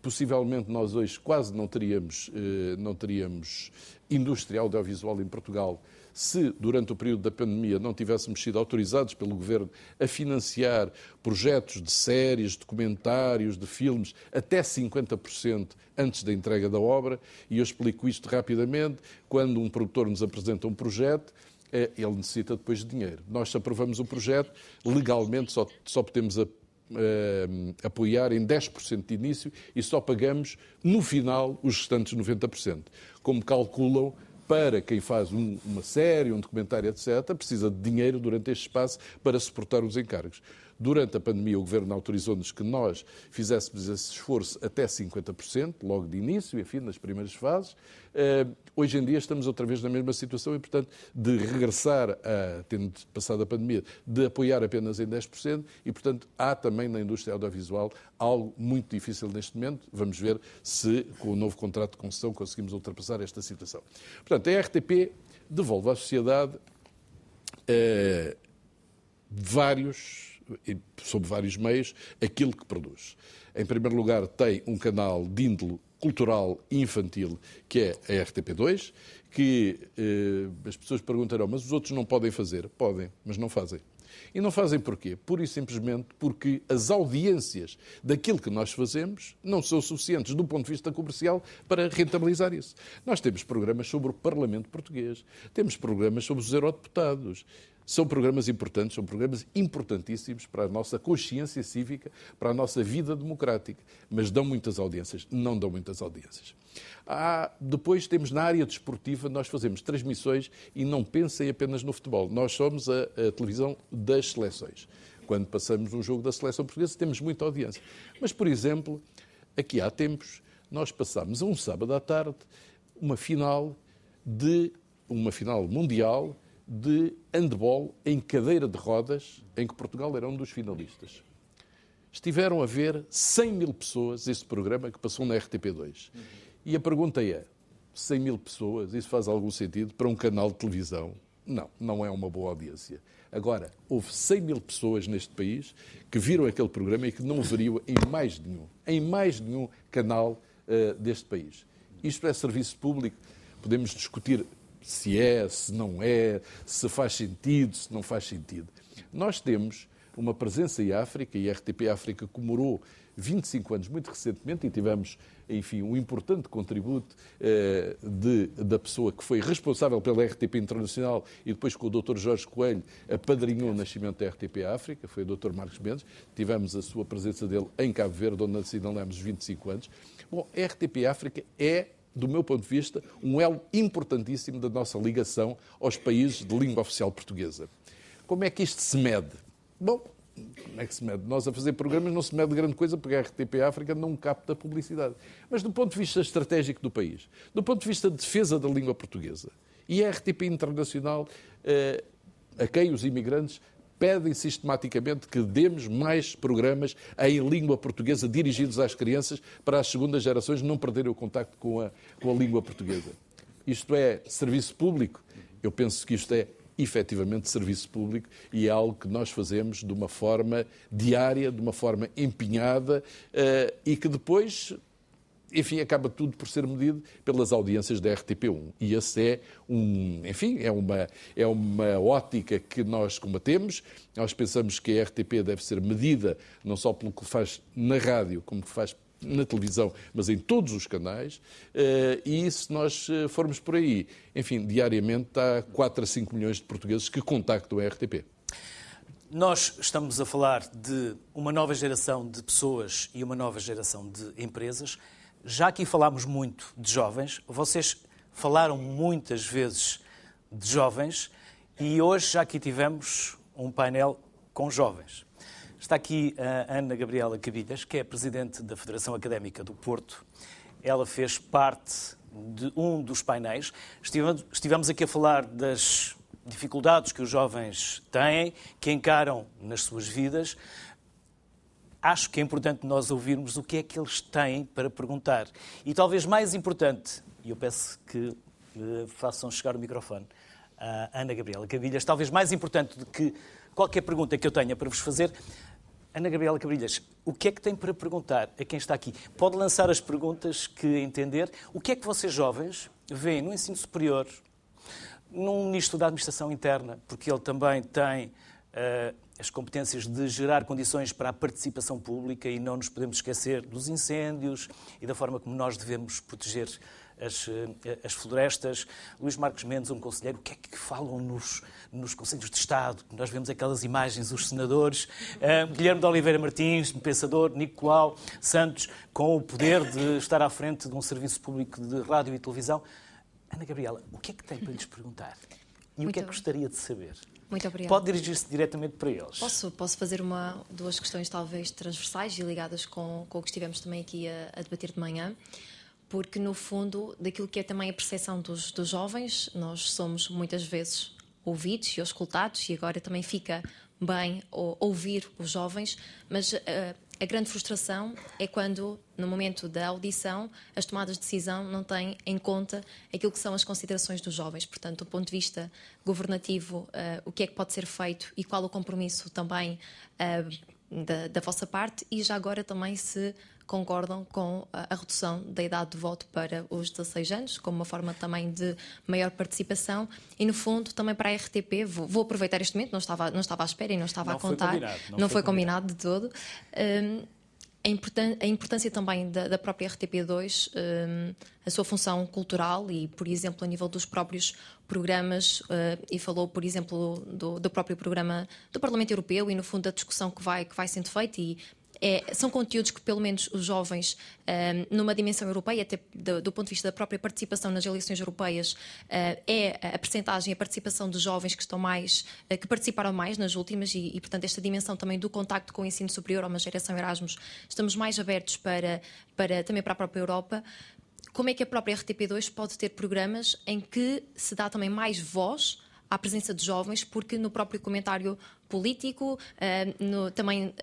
possivelmente nós hoje quase não teríamos indústria audiovisual em Portugal se, durante o período da pandemia, não tivéssemos sido autorizados pelo Governo a financiar projetos de séries, documentários, de filmes, até 50% antes da entrega da obra. E eu explico isto rapidamente. Quando um produtor nos apresenta um projeto, ele necessita depois de dinheiro. Nós, se aprovamos o projeto, legalmente só podemos apoiar em 10% de início e só pagamos, no final, os restantes 90%. Como calculam, para quem faz uma série, um documentário, etc., precisa de dinheiro durante este espaço para suportar os encargos. Durante a pandemia, o Governo autorizou-nos que nós fizéssemos esse esforço até 50%, logo de início, enfim, nas primeiras fases. Hoje em dia estamos outra vez na mesma situação e, portanto, de regressar, tendo passado a pandemia, de apoiar apenas em 10% e, portanto, há também na indústria audiovisual algo muito difícil neste momento. Vamos ver se, com o novo contrato de concessão, conseguimos ultrapassar esta situação. Portanto, a RTP devolve à sociedade sob vários meios, aquilo que produz. Em primeiro lugar, tem um canal de índole cultural e infantil, que é a RTP2, que as pessoas perguntarão, mas os outros não podem fazer? Podem, mas não fazem. E não fazem porquê? Pura e simplesmente porque as audiências daquilo que nós fazemos não são suficientes do ponto de vista comercial para rentabilizar isso. Nós temos programas sobre o Parlamento português, temos programas sobre os eurodeputados. São programas importantes, são programas importantíssimos para a nossa consciência cívica, para a nossa vida democrática, mas dão muitas audiências, não dão muitas audiências. Depois temos na área desportiva, nós fazemos transmissões e não pensem apenas no futebol. Nós somos a televisão das seleções. Quando passamos um jogo da seleção portuguesa temos muita audiência. Mas, por exemplo, aqui há tempos, nós passámos a um sábado à tarde uma final mundial de handball em cadeira de rodas, em que Portugal era um dos finalistas. Estiveram a ver 100 mil pessoas esse programa que passou na RTP2. E a pergunta é, 100 mil pessoas, isso faz algum sentido para um canal de televisão? Não, não é uma boa audiência. Agora, houve 100 mil pessoas neste país que viram aquele programa e que não o veriam em mais nenhum canal deste país. Isto é serviço público, podemos discutir se não é, se faz sentido, se não faz sentido. Nós temos uma presença em África, e a RTP África comemorou 25 anos muito recentemente, e tivemos, enfim, um importante contributo da pessoa que foi responsável pela RTP Internacional e depois com o Dr. Jorge Coelho apadrinhou o nascimento da RTP África, foi o Dr. Marcos Mendes. Tivemos a sua presença dele em Cabo Verde, onde assinalamos os 25 anos. Bom, a RTP África é, do meu ponto de vista, um elo importantíssimo da nossa ligação aos países de língua oficial portuguesa. Como é que isto se mede? Bom, como é que se mede? Nós a fazer programas não se mede grande coisa porque a RTP África não capta publicidade. Mas do ponto de vista estratégico do país, do ponto de vista de defesa da língua portuguesa, e a RTP Internacional, a quem os imigrantes pedem sistematicamente que demos mais programas em língua portuguesa dirigidos às crianças para as segundas gerações não perderem o contacto com a língua portuguesa. Isto é serviço público? Eu penso que isto é efetivamente serviço público e é algo que nós fazemos de uma forma diária, de uma forma empenhada e que depois, enfim, acaba tudo por ser medido pelas audiências da RTP1. E esse é uma ótica que nós combatemos. Nós pensamos que a RTP deve ser medida não só pelo que faz na rádio, como que faz na televisão, mas em todos os canais, e se nós formos por aí, enfim, diariamente há 4 a 5 milhões de portugueses que contactam a RTP. Nós estamos a falar de uma nova geração de pessoas e uma nova geração de empresas. Já aqui falámos muito de jovens, vocês falaram muitas vezes de jovens e hoje já aqui tivemos um painel com jovens. Está aqui a Ana Gabriela Cabilhas, que é presidente da Federação Académica do Porto. Ela fez parte de um dos painéis. Estivemos aqui a falar das dificuldades que os jovens têm, que encaram nas suas vidas. Acho que é importante nós ouvirmos o que é que eles têm para perguntar. E talvez mais importante, e eu peço que façam chegar o microfone à Ana Gabriela Cabilhas, talvez mais importante do que qualquer pergunta que eu tenha para vos fazer, Ana Gabriela Cabrilhas, o que é que tem para perguntar a quem está aqui? Pode lançar as perguntas que entender. O que é que vocês jovens veem no ensino superior, num Ministro da Administração Interna, porque ele também tem as competências de gerar condições para a participação pública e não nos podemos esquecer dos incêndios e da forma como nós devemos proteger as florestas. Luís Marcos Mendes, um conselheiro, o que é que falam nos Conselhos de Estado? Nós vemos aquelas imagens, os senadores, Guilherme de Oliveira Martins, um pensador, Nicolau Santos, com o poder de estar à frente de um serviço público de rádio e televisão. Ana Gabriela, o que é que tem para lhes perguntar? E o que é que gostaria de saber? Muito obrigada. Pode dirigir-se diretamente para eles. Posso fazer duas questões talvez transversais e ligadas com o que estivemos também aqui a debater de manhã, porque no fundo daquilo que é também a percepção dos jovens, nós somos muitas vezes ouvidos e auscultados e agora também fica bem ouvir os jovens, mas a grande frustração é quando, no momento da audição, as tomadas de decisão não têm em conta aquilo que são as considerações dos jovens. Portanto, do ponto de vista governativo, o que é que pode ser feito e qual o compromisso também da vossa parte, e já agora também se concordam com a redução da idade de voto para os 16 anos, como uma forma também de maior participação e, no fundo, também para a RTP. Vou aproveitar este momento, não estava à espera e não estava a contar. Não foi combinado de todo. A importância também da própria RTP2, a sua função cultural e, por exemplo, a nível dos próprios programas, e falou, por exemplo, do próprio programa do Parlamento Europeu e, no fundo, da discussão que vai sendo feita e são conteúdos que, pelo menos, os jovens, numa dimensão europeia, até do ponto de vista da própria participação nas eleições europeias, é a percentagem, a participação dos jovens que participaram mais nas últimas e, portanto, esta dimensão também do contacto com o ensino superior, ou uma geração Erasmus, estamos mais abertos também para a própria Europa. Como é que a própria RTP2 pode ter programas em que se dá também mais voz à presença de jovens, porque no próprio comentário político, também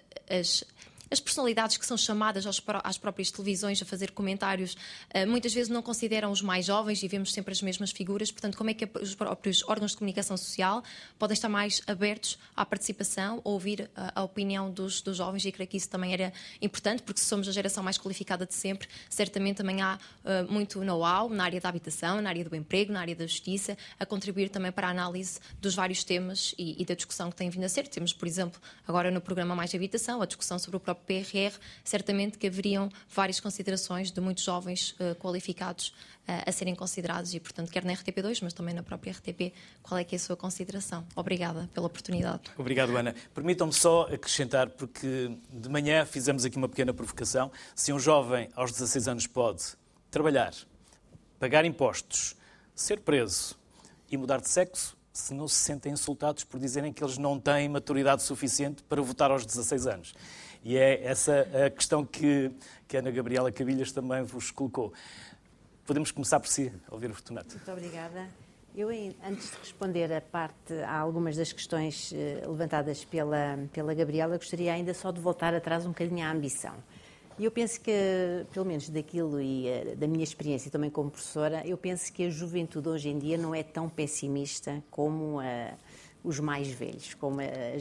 as personalidades que são chamadas às próprias televisões a fazer comentários muitas vezes não consideram os mais jovens e vemos sempre as mesmas figuras. Portanto, como é que os próprios órgãos de comunicação social podem estar mais abertos à participação, a ouvir a opinião dos jovens? E creio que isso também era importante, porque se somos a geração mais qualificada de sempre, certamente também há muito know-how na área da habitação, na área do emprego, na área da justiça, a contribuir também para a análise dos vários temas e da discussão que tem vindo a ser. Temos, por exemplo, agora no programa Mais Habitação, a discussão sobre o próprio PRR, certamente que haveriam várias considerações de muitos jovens qualificados a serem considerados e, portanto, quer na RTP2, mas também na própria RTP, qual é que é a sua consideração? Obrigada pela oportunidade. Obrigado, Ana. Permitam-me só acrescentar, porque de manhã fizemos aqui uma pequena provocação. Se um jovem aos 16 anos pode trabalhar, pagar impostos, ser preso e mudar de sexo, se não se sentem insultados por dizerem que eles não têm maturidade suficiente para votar aos 16 anos. E é essa a questão que a Ana Gabriela Cabrilhas também vos colocou. Podemos começar por si, ouvir o Fortunato. Muito obrigada. Eu, antes de responder a algumas das questões levantadas pela Gabriela, gostaria ainda só de voltar atrás um bocadinho à ambição. E eu penso que, pelo menos daquilo e da minha experiência também como professora, eu penso que a juventude hoje em dia não é tão pessimista como os mais velhos, como as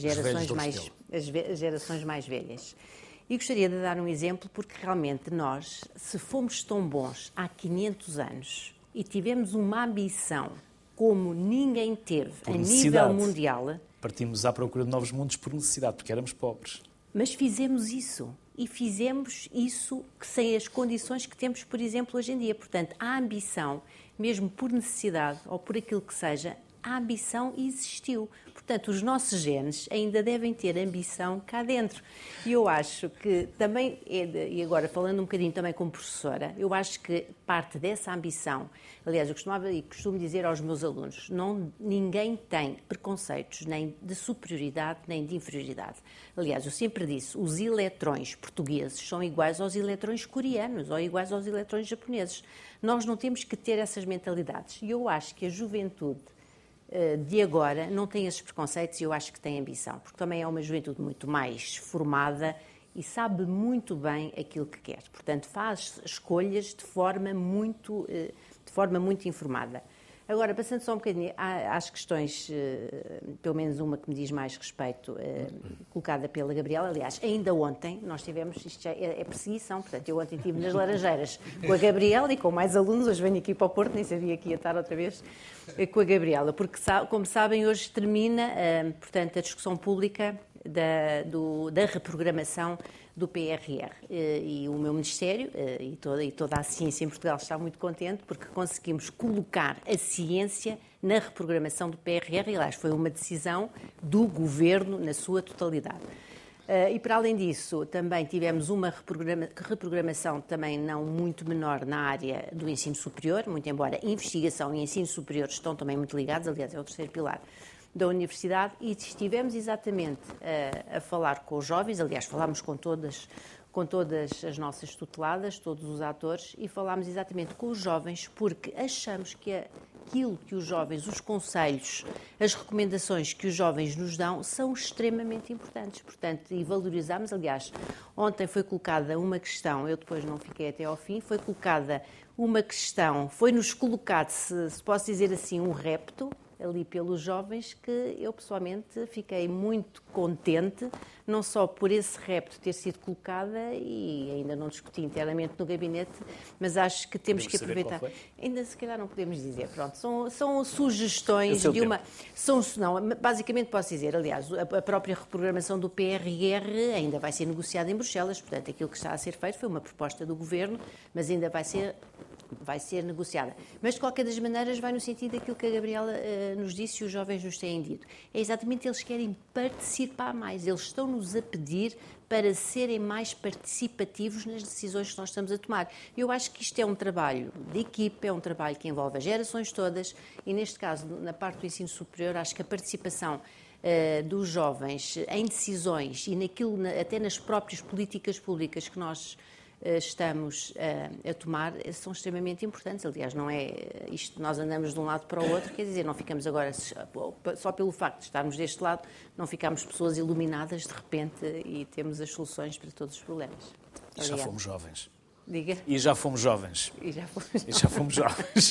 gerações mais velhas. E gostaria de dar um exemplo, porque realmente nós, se fomos tão bons há 500 anos e tivemos uma ambição como ninguém teve a nível mundial... Partimos à procura de novos mundos por necessidade, porque éramos pobres. Mas fizemos isso. E fizemos isso sem as condições que temos, por exemplo, hoje em dia. Portanto, a ambição, mesmo por necessidade ou por aquilo que seja, a ambição existiu. Portanto, os nossos genes ainda devem ter ambição cá dentro. E eu acho que também, e agora falando um bocadinho também como professora, eu acho que parte dessa ambição, aliás, eu costumo dizer aos meus alunos, ninguém tem preconceitos nem de superioridade nem de inferioridade. Aliás, eu sempre disse, os eletrões portugueses são iguais aos eletrões coreanos ou iguais aos eletrões japoneses. Nós não temos que ter essas mentalidades. E eu acho que a juventude de agora não tem esses preconceitos e eu acho que tem ambição, porque também é uma juventude muito mais formada e sabe muito bem aquilo que quer. Portanto, faz escolhas de forma muito informada. Agora, passando só um bocadinho às questões, pelo menos uma que me diz mais respeito, colocada pela Gabriela. Aliás, ainda ontem nós tivemos, isto já é perseguição, portanto, eu ontem estive nas Laranjeiras com a Gabriela e com mais alunos, hoje venho aqui para o Porto, nem sabia que ia estar outra vez com a Gabriela, porque, como sabem, hoje termina, portanto, a discussão pública da reprogramação do PRR. E o meu Ministério e toda a ciência em Portugal está muito contente porque conseguimos colocar a ciência na reprogramação do PRR. E, aliás, foi uma decisão do Governo na sua totalidade. E, para além disso, também tivemos uma reprogramação também não muito menor na área do ensino superior, muito embora investigação e ensino superior estão também muito ligados, aliás, é o terceiro pilar da universidade, e estivemos exatamente a falar com os jovens, aliás, falámos com todas as nossas tuteladas, todos os atores, e falámos exatamente com os jovens porque achamos que aquilo que os jovens, os conselhos, as recomendações que os jovens nos dão são extremamente importantes, portanto, e valorizamos. Aliás, ontem foi colocada uma questão, eu depois não fiquei até ao fim, foi colocada uma questão, foi-nos colocado, se posso dizer assim, um repto, ali pelos jovens, que eu pessoalmente fiquei muito contente, não só por esse repto ter sido colocada, e ainda não discuti internamente no gabinete, mas acho que temos que aproveitar. Ainda se calhar não podemos dizer, pronto, são sugestões de uma... basicamente posso dizer, aliás, a própria reprogramação do PRR ainda vai ser negociada em Bruxelas, portanto aquilo que está a ser feito foi uma proposta do Governo, mas ainda vai ser negociada. Mas, de qualquer das maneiras, vai no sentido daquilo que a Gabriela nos disse e os jovens nos têm dito. É exatamente, eles querem participar mais, eles estão-nos a pedir para serem mais participativos nas decisões que nós estamos a tomar. Eu acho que isto é um trabalho de equipe, é um trabalho que envolve as gerações todas e, neste caso, na parte do ensino superior, acho que a participação dos jovens em decisões e até nas próprias políticas públicas que nós estamos a tomar são extremamente importantes. Aliás, não é isto, nós andamos de um lado para o outro, quer dizer, não ficamos agora, só pelo facto de estarmos deste lado, não ficamos pessoas iluminadas de repente e temos as soluções para todos os problemas. E já fomos jovens. Diga. E já fomos jovens. E já fomos jovens.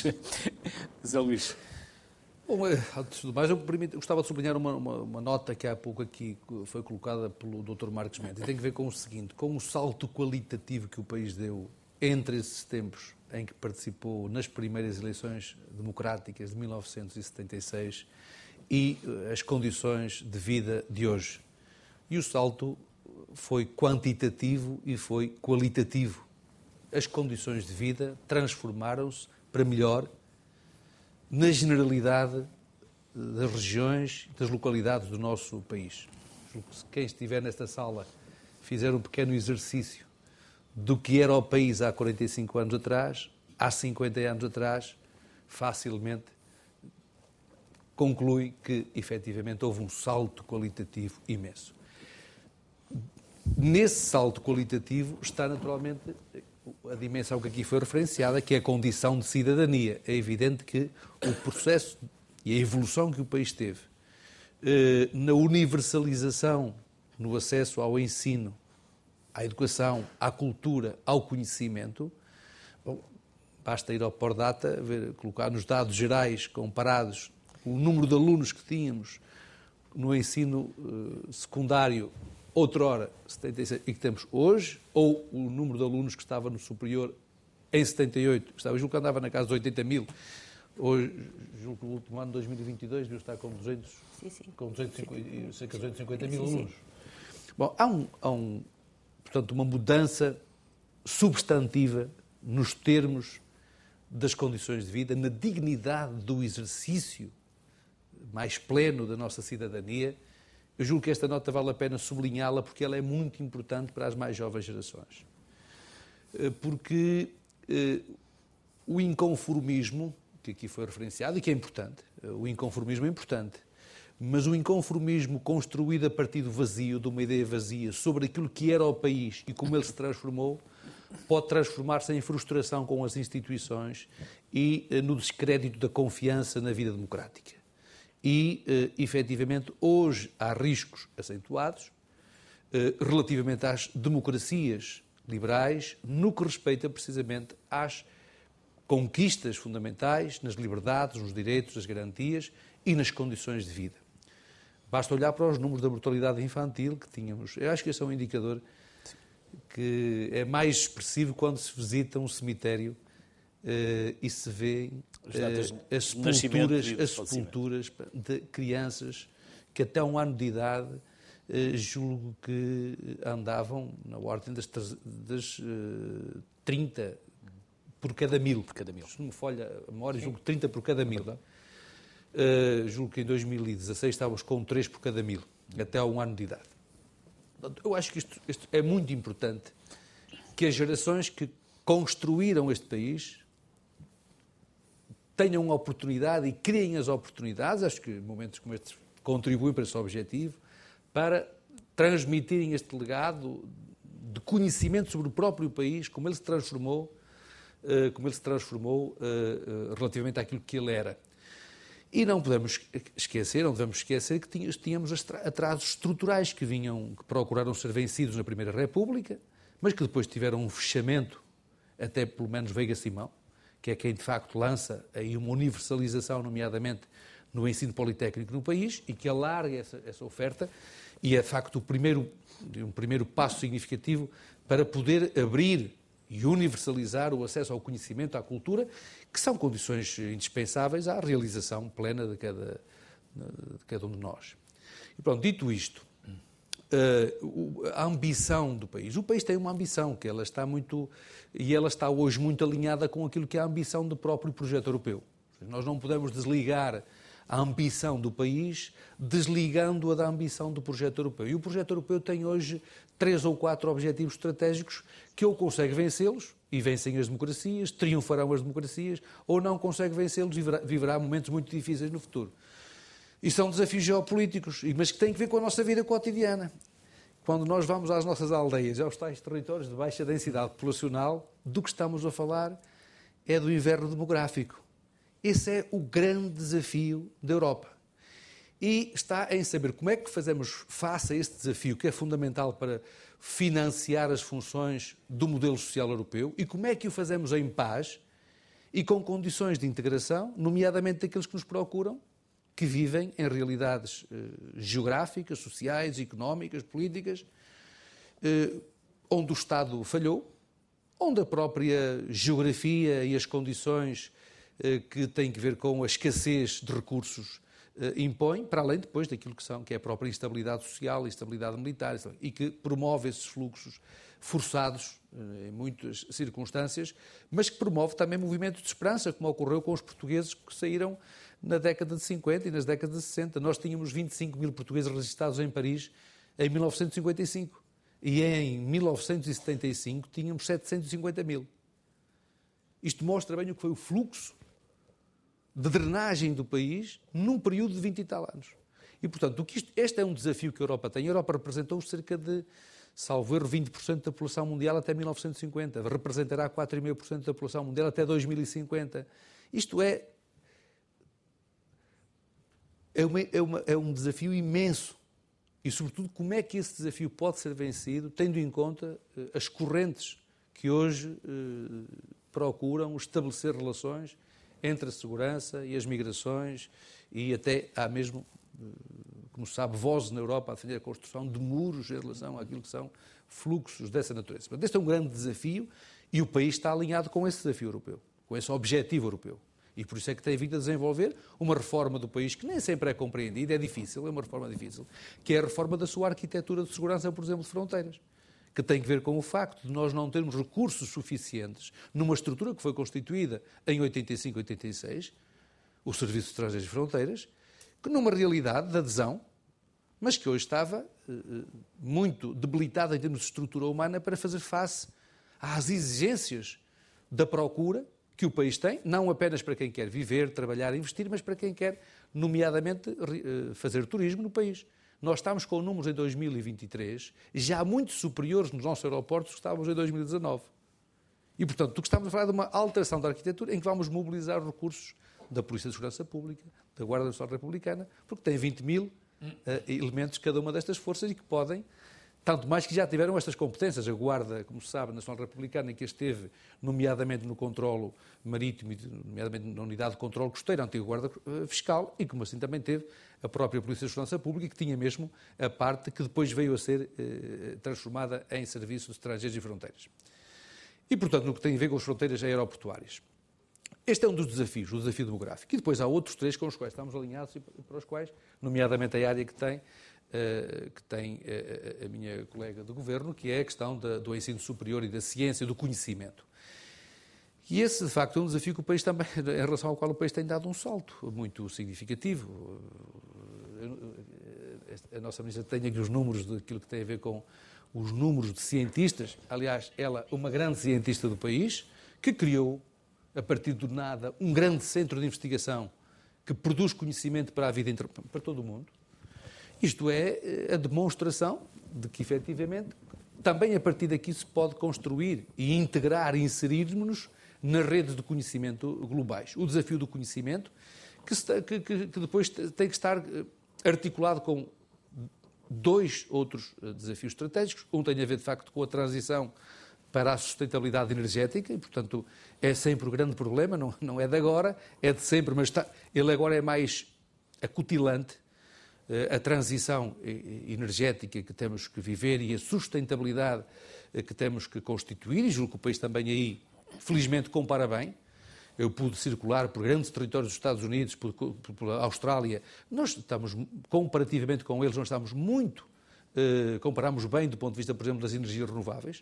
Zé Luís. Bom, antes de mais, eu gostava de sublinhar uma nota que há pouco aqui foi colocada pelo Dr. Marcos Mendes, e tem a ver com o seguinte, com o salto qualitativo que o país deu entre esses tempos em que participou nas primeiras eleições democráticas de 1976 e as condições de vida de hoje. E o salto foi quantitativo e foi qualitativo. As condições de vida transformaram-se para melhor na generalidade das regiões, das localidades do nosso país. Quem estiver nesta sala fizer um pequeno exercício do que era o país há 45 anos atrás, há 50 anos atrás, facilmente conclui que, efetivamente, houve um salto qualitativo imenso. Nesse salto qualitativo está, naturalmente, a dimensão que aqui foi referenciada, que é a condição de cidadania. É evidente que o processo e a evolução que o país teve na universalização, no acesso ao ensino, à educação, à cultura, ao conhecimento, bom, basta ir ao Pordata, colocar nos dados gerais comparados o número de alunos que tínhamos no ensino secundário outrora, 76, e que temos hoje, ou o número de alunos que estava no superior em 78, eu julgo que andava na casa de 80 mil, hoje, julgo que o último ano, 2022, devia estar com 250, cerca de 250 mil alunos. Bom, há portanto, uma mudança substantiva nos termos das condições de vida, na dignidade do exercício mais pleno da nossa cidadania. Eu julgo que esta nota vale a pena sublinhá-la porque ela é muito importante para as mais jovens gerações. Porque o inconformismo, que aqui foi referenciado e que é importante, o inconformismo é importante, mas o inconformismo construído a partir do vazio, de uma ideia vazia, sobre aquilo que era o país e como ele se transformou, pode transformar-se em frustração com as instituições e no descrédito da confiança na vida democrática. E, efetivamente, hoje há riscos acentuados relativamente às democracias liberais no que respeita precisamente às conquistas fundamentais, nas liberdades, nos direitos, nas garantias e nas condições de vida. Basta olhar para os números da mortalidade infantil que tínhamos. Eu acho que esse é um indicador que é mais expressivo quando se visita um cemitério e se vê as sepulturas de crianças que até 1 ano de idade julgo que andavam na ordem das 30 por cada 1000. Se não me falha a memória, julgo 30 por cada 1000. Julgo que em 2016 estávamos com 3 por cada 1000, até 1 ano de idade. Eu acho que isto é muito importante, que as gerações que construíram este país tenham uma oportunidade e criem as oportunidades, acho que momentos como estes contribuem para esse objetivo, para transmitirem este legado de conhecimento sobre o próprio país, como ele se transformou relativamente àquilo que ele era. E não devemos esquecer que tínhamos atrasos estruturais que procuraram ser vencidos na Primeira República, mas que depois tiveram um fechamento, até pelo menos Veiga Simão, que é quem de facto lança aí uma universalização, nomeadamente no ensino politécnico no país, e que alarga essa oferta, e é de facto um primeiro passo significativo para poder abrir e universalizar o acesso ao conhecimento, à cultura, que são condições indispensáveis à realização plena de cada um de nós. E pronto, dito isto, a ambição do país. O país tem uma ambição, que ela está hoje muito alinhada com aquilo que é a ambição do próprio projeto europeu. Nós não podemos desligar a ambição do país desligando-a da ambição do projeto europeu. E o projeto europeu tem hoje 3 ou 4 objetivos estratégicos que ou consegue vencê-los, e vencem as democracias, triunfarão as democracias, ou não consegue vencê-los e viverá momentos muito difíceis no futuro. E são desafios geopolíticos, mas que têm que ver com a nossa vida cotidiana. Quando nós vamos às nossas aldeias, aos tais territórios de baixa densidade populacional, do que estamos a falar é do inverno demográfico. Esse é o grande desafio da Europa. E está em saber como é que fazemos face a este desafio, que é fundamental para financiar as funções do modelo social europeu, e como é que o fazemos em paz e com condições de integração, nomeadamente daqueles que nos procuram, que vivem em realidades geográficas, sociais, económicas, políticas, onde o Estado falhou, onde a própria geografia e as condições que têm que ver com a escassez de recursos impõem, para além depois daquilo que é a própria instabilidade social e instabilidade militar, e que promove esses fluxos forçados em muitas circunstâncias, mas que promove também movimentos de esperança, como ocorreu com os portugueses que saíram na década de 50 e nas décadas de 60. Nós tínhamos 25 mil portugueses registados em Paris em 1955 e em 1975 tínhamos 750 mil. Isto mostra bem o que foi o fluxo de drenagem do país num período de 20 e tal anos. E, portanto, este é um desafio que a Europa tem. A Europa representou cerca de, salvo erro, 20% da população mundial até 1950. Representará 4,5% da população mundial até 2050. Isto é um desafio imenso. E, sobretudo, como é que esse desafio pode ser vencido, tendo em conta as correntes que hoje procuram estabelecer relações entre a segurança e as migrações, e até há mesmo, como se sabe, vozes na Europa a defender a construção de muros em relação àquilo que são fluxos dessa natureza. Portanto, este é um grande desafio e o país está alinhado com esse desafio europeu, com esse objetivo europeu. E por isso é que tem vindo a desenvolver uma reforma do país que nem sempre é compreendida, é difícil, é uma reforma difícil, que é a reforma da sua arquitetura de segurança, por exemplo, de fronteiras, que tem que ver com o facto de nós não termos recursos suficientes numa estrutura que foi constituída em 85, 86, o Serviço de Estrangeiros e Fronteiras, que numa realidade de adesão, mas que hoje estava muito debilitada em termos de estrutura humana para fazer face às exigências da procura que o país tem, não apenas para quem quer viver, trabalhar e investir, mas para quem quer, nomeadamente, fazer turismo no país. Nós estamos com números em 2023 já muito superiores nos nossos aeroportos que estávamos em 2019. E, portanto, do que estamos a falar de uma alteração da arquitetura em que vamos mobilizar recursos da Polícia de Segurança Pública, da Guarda Nacional Republicana, porque tem 20 mil elementos cada uma destas forças e que podem Tanto mais que já tiveram estas competências. A Guarda, como se sabe, Nacional Republicana, que esteve nomeadamente no controlo marítimo, nomeadamente na unidade de controlo costeiro, a antiga Guarda Fiscal, e como assim também teve a própria Polícia de Segurança Pública, que tinha mesmo a parte que depois veio a ser transformada em Serviço de Estrangeiros e Fronteiras. E, portanto, no que tem a ver com as fronteiras aeroportuárias. Este é um dos desafios, o desafio demográfico. E depois há outros 3 com os quais estamos alinhados e para os quais, nomeadamente a área que tem a minha colega do Governo, que é a questão do ensino superior e da ciência e do conhecimento. E esse, de facto, é um desafio que o país também, em relação ao qual o país tem dado um salto muito significativo. A nossa ministra tem aqui os números daquilo que tem a ver com os números de cientistas. Aliás, ela, uma grande cientista do país, que criou, a partir do nada, um grande centro de investigação que produz conhecimento para a vida, para todo o mundo. Isto é a demonstração de que, efetivamente, também a partir daqui se pode construir e integrar e inserirmos-nos nas redes de conhecimento globais. O desafio do conhecimento, que depois tem que estar articulado com 2 outros desafios estratégicos. Um tem a ver, de facto, com a transição para a sustentabilidade energética e, portanto, é sempre o grande problema, não é de agora, é de sempre, mas ele agora é mais acutilante. A transição energética que temos que viver e a sustentabilidade que temos que constituir, e julgo que o país também aí, felizmente, compara bem. Eu pude circular por grandes territórios dos Estados Unidos, por Austrália. Nós estamos, comparativamente com eles, nós estamos muito, comparamos bem do ponto de vista, por exemplo, das energias renováveis.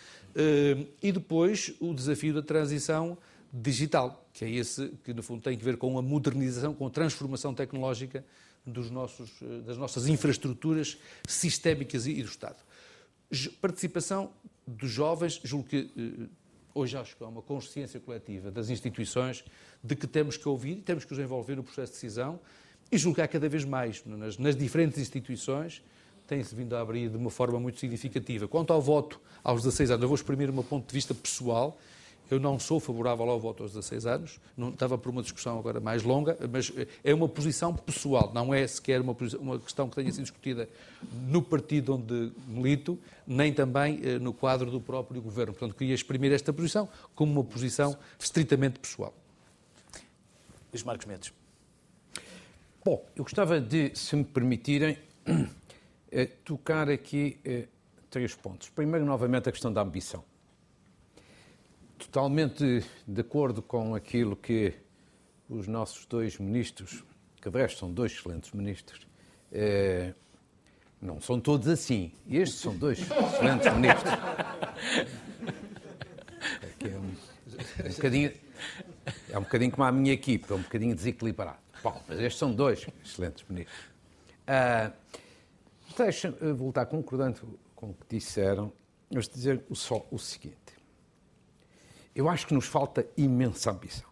E depois o desafio da transição digital, que é esse que, no fundo, tem que ver com a modernização, com a transformação tecnológica das nossas infraestruturas sistémicas e do Estado. Participação dos jovens, julgo que hoje acho que há uma consciência coletiva das instituições de que temos que ouvir, temos que os envolver no processo de decisão e julgo que há cada vez mais nas diferentes instituições tem-se vindo a abrir de uma forma muito significativa. Quanto ao voto aos 16 anos, eu vou exprimir o meu ponto de vista pessoal. Eu não sou favorável ao voto aos 16 anos, não estava por uma discussão agora mais longa, mas é uma posição pessoal, não é sequer uma questão que tenha sido discutida no partido onde milito, nem também no quadro do próprio Governo. Portanto, queria exprimir esta posição como uma posição estritamente pessoal. Luís Marcos Mendes. Bom, eu gostava de, se me permitirem, tocar aqui 3 pontos. Primeiro, novamente, a questão da ambição. Totalmente de acordo com aquilo que os nossos 2 ministros, que de resto são 2 excelentes ministros, não são todos assim. Estes são 2 excelentes ministros. É um bocadinho como a minha equipa, é um bocadinho desequilibrado. Bom, mas estes são 2 excelentes ministros. Deixa-me voltar concordando com o que disseram, mas dizer só o seguinte. Eu acho que nos falta imensa ambição.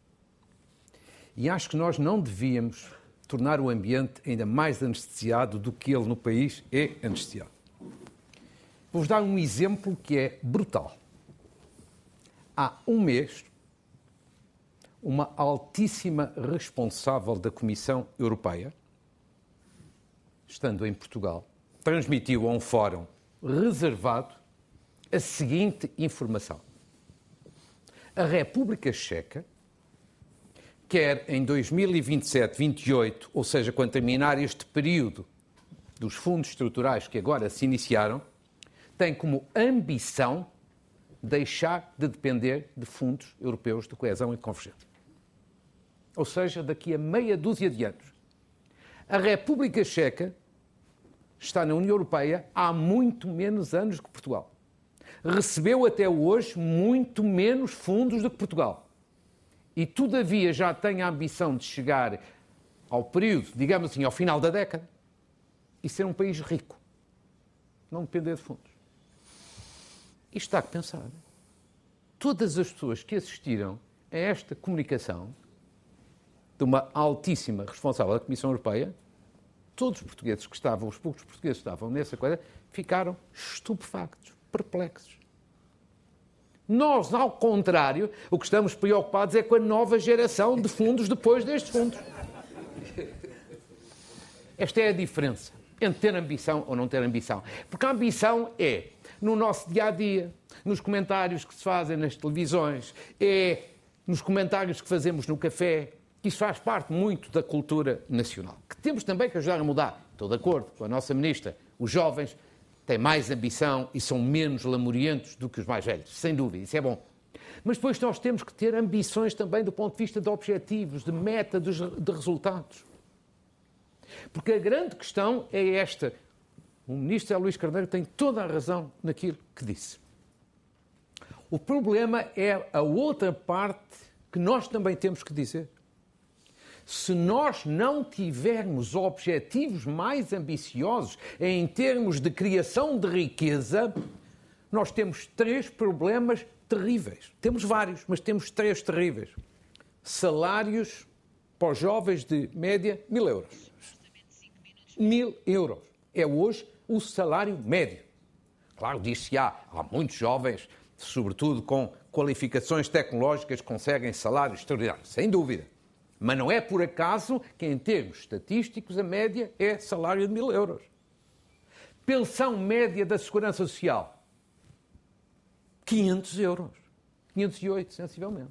E acho que nós não devíamos tornar o ambiente ainda mais anestesiado do que ele no país é anestesiado. Vou-vos dar um exemplo que é brutal. Há um mês, uma altíssima responsável da Comissão Europeia, estando em Portugal, transmitiu a um fórum reservado a seguinte informação. A República Checa quer em 2027-28, ou seja, quando terminar este período dos fundos estruturais que agora se iniciaram, tem como ambição deixar de depender de fundos europeus de coesão e de convergência. Ou seja, daqui a meia dúzia de anos. A República Checa está na União Europeia há muito menos anos que Portugal. Recebeu até hoje muito menos fundos do que Portugal. E, todavia, já tem a ambição de chegar ao período, digamos assim, ao final da década, e ser um país rico. Não depender de fundos. Isto está a pensar. Todas as pessoas que assistiram a esta comunicação de uma altíssima responsável da Comissão Europeia, todos os portugueses que estavam, os poucos portugueses que estavam nessa coisa, ficaram estupefactos, perplexos. Nós, ao contrário, o que estamos preocupados é com a nova geração de fundos depois destes fundos. Esta é a diferença. entre ter ambição ou não ter ambição. Porque a ambição é no nosso dia-a-dia, nos comentários que se fazem nas televisões, é nos comentários que fazemos no café. Isso faz parte muito da cultura nacional, que temos também que ajudar a mudar. Estou de acordo com a nossa ministra. Os jovens têm mais ambição e são menos lamurientos do que os mais velhos, sem dúvida, isso é bom. Mas depois nós temos que ter ambições também do ponto de vista de objetivos, de meta, de resultados. Porque a grande questão é esta. O ministro José Luís Carneiro tem toda a razão naquilo que disse. O problema é a outra parte que nós também temos que dizer. Se nós não tivermos objetivos mais ambiciosos em termos de criação de riqueza, nós temos 3 problemas terríveis. Temos vários, mas temos 3 terríveis. Salários para os jovens de média, 1.000 euros. 1.000 euros. É hoje o salário médio. Claro, diz-se há muitos jovens, sobretudo com qualificações tecnológicas, que conseguem salários extraordinários, sem dúvida. Mas não é por acaso que, em termos estatísticos, a média é salário de 1.000 euros. Pensão média da Segurança Social, 500 euros. 508, sensivelmente.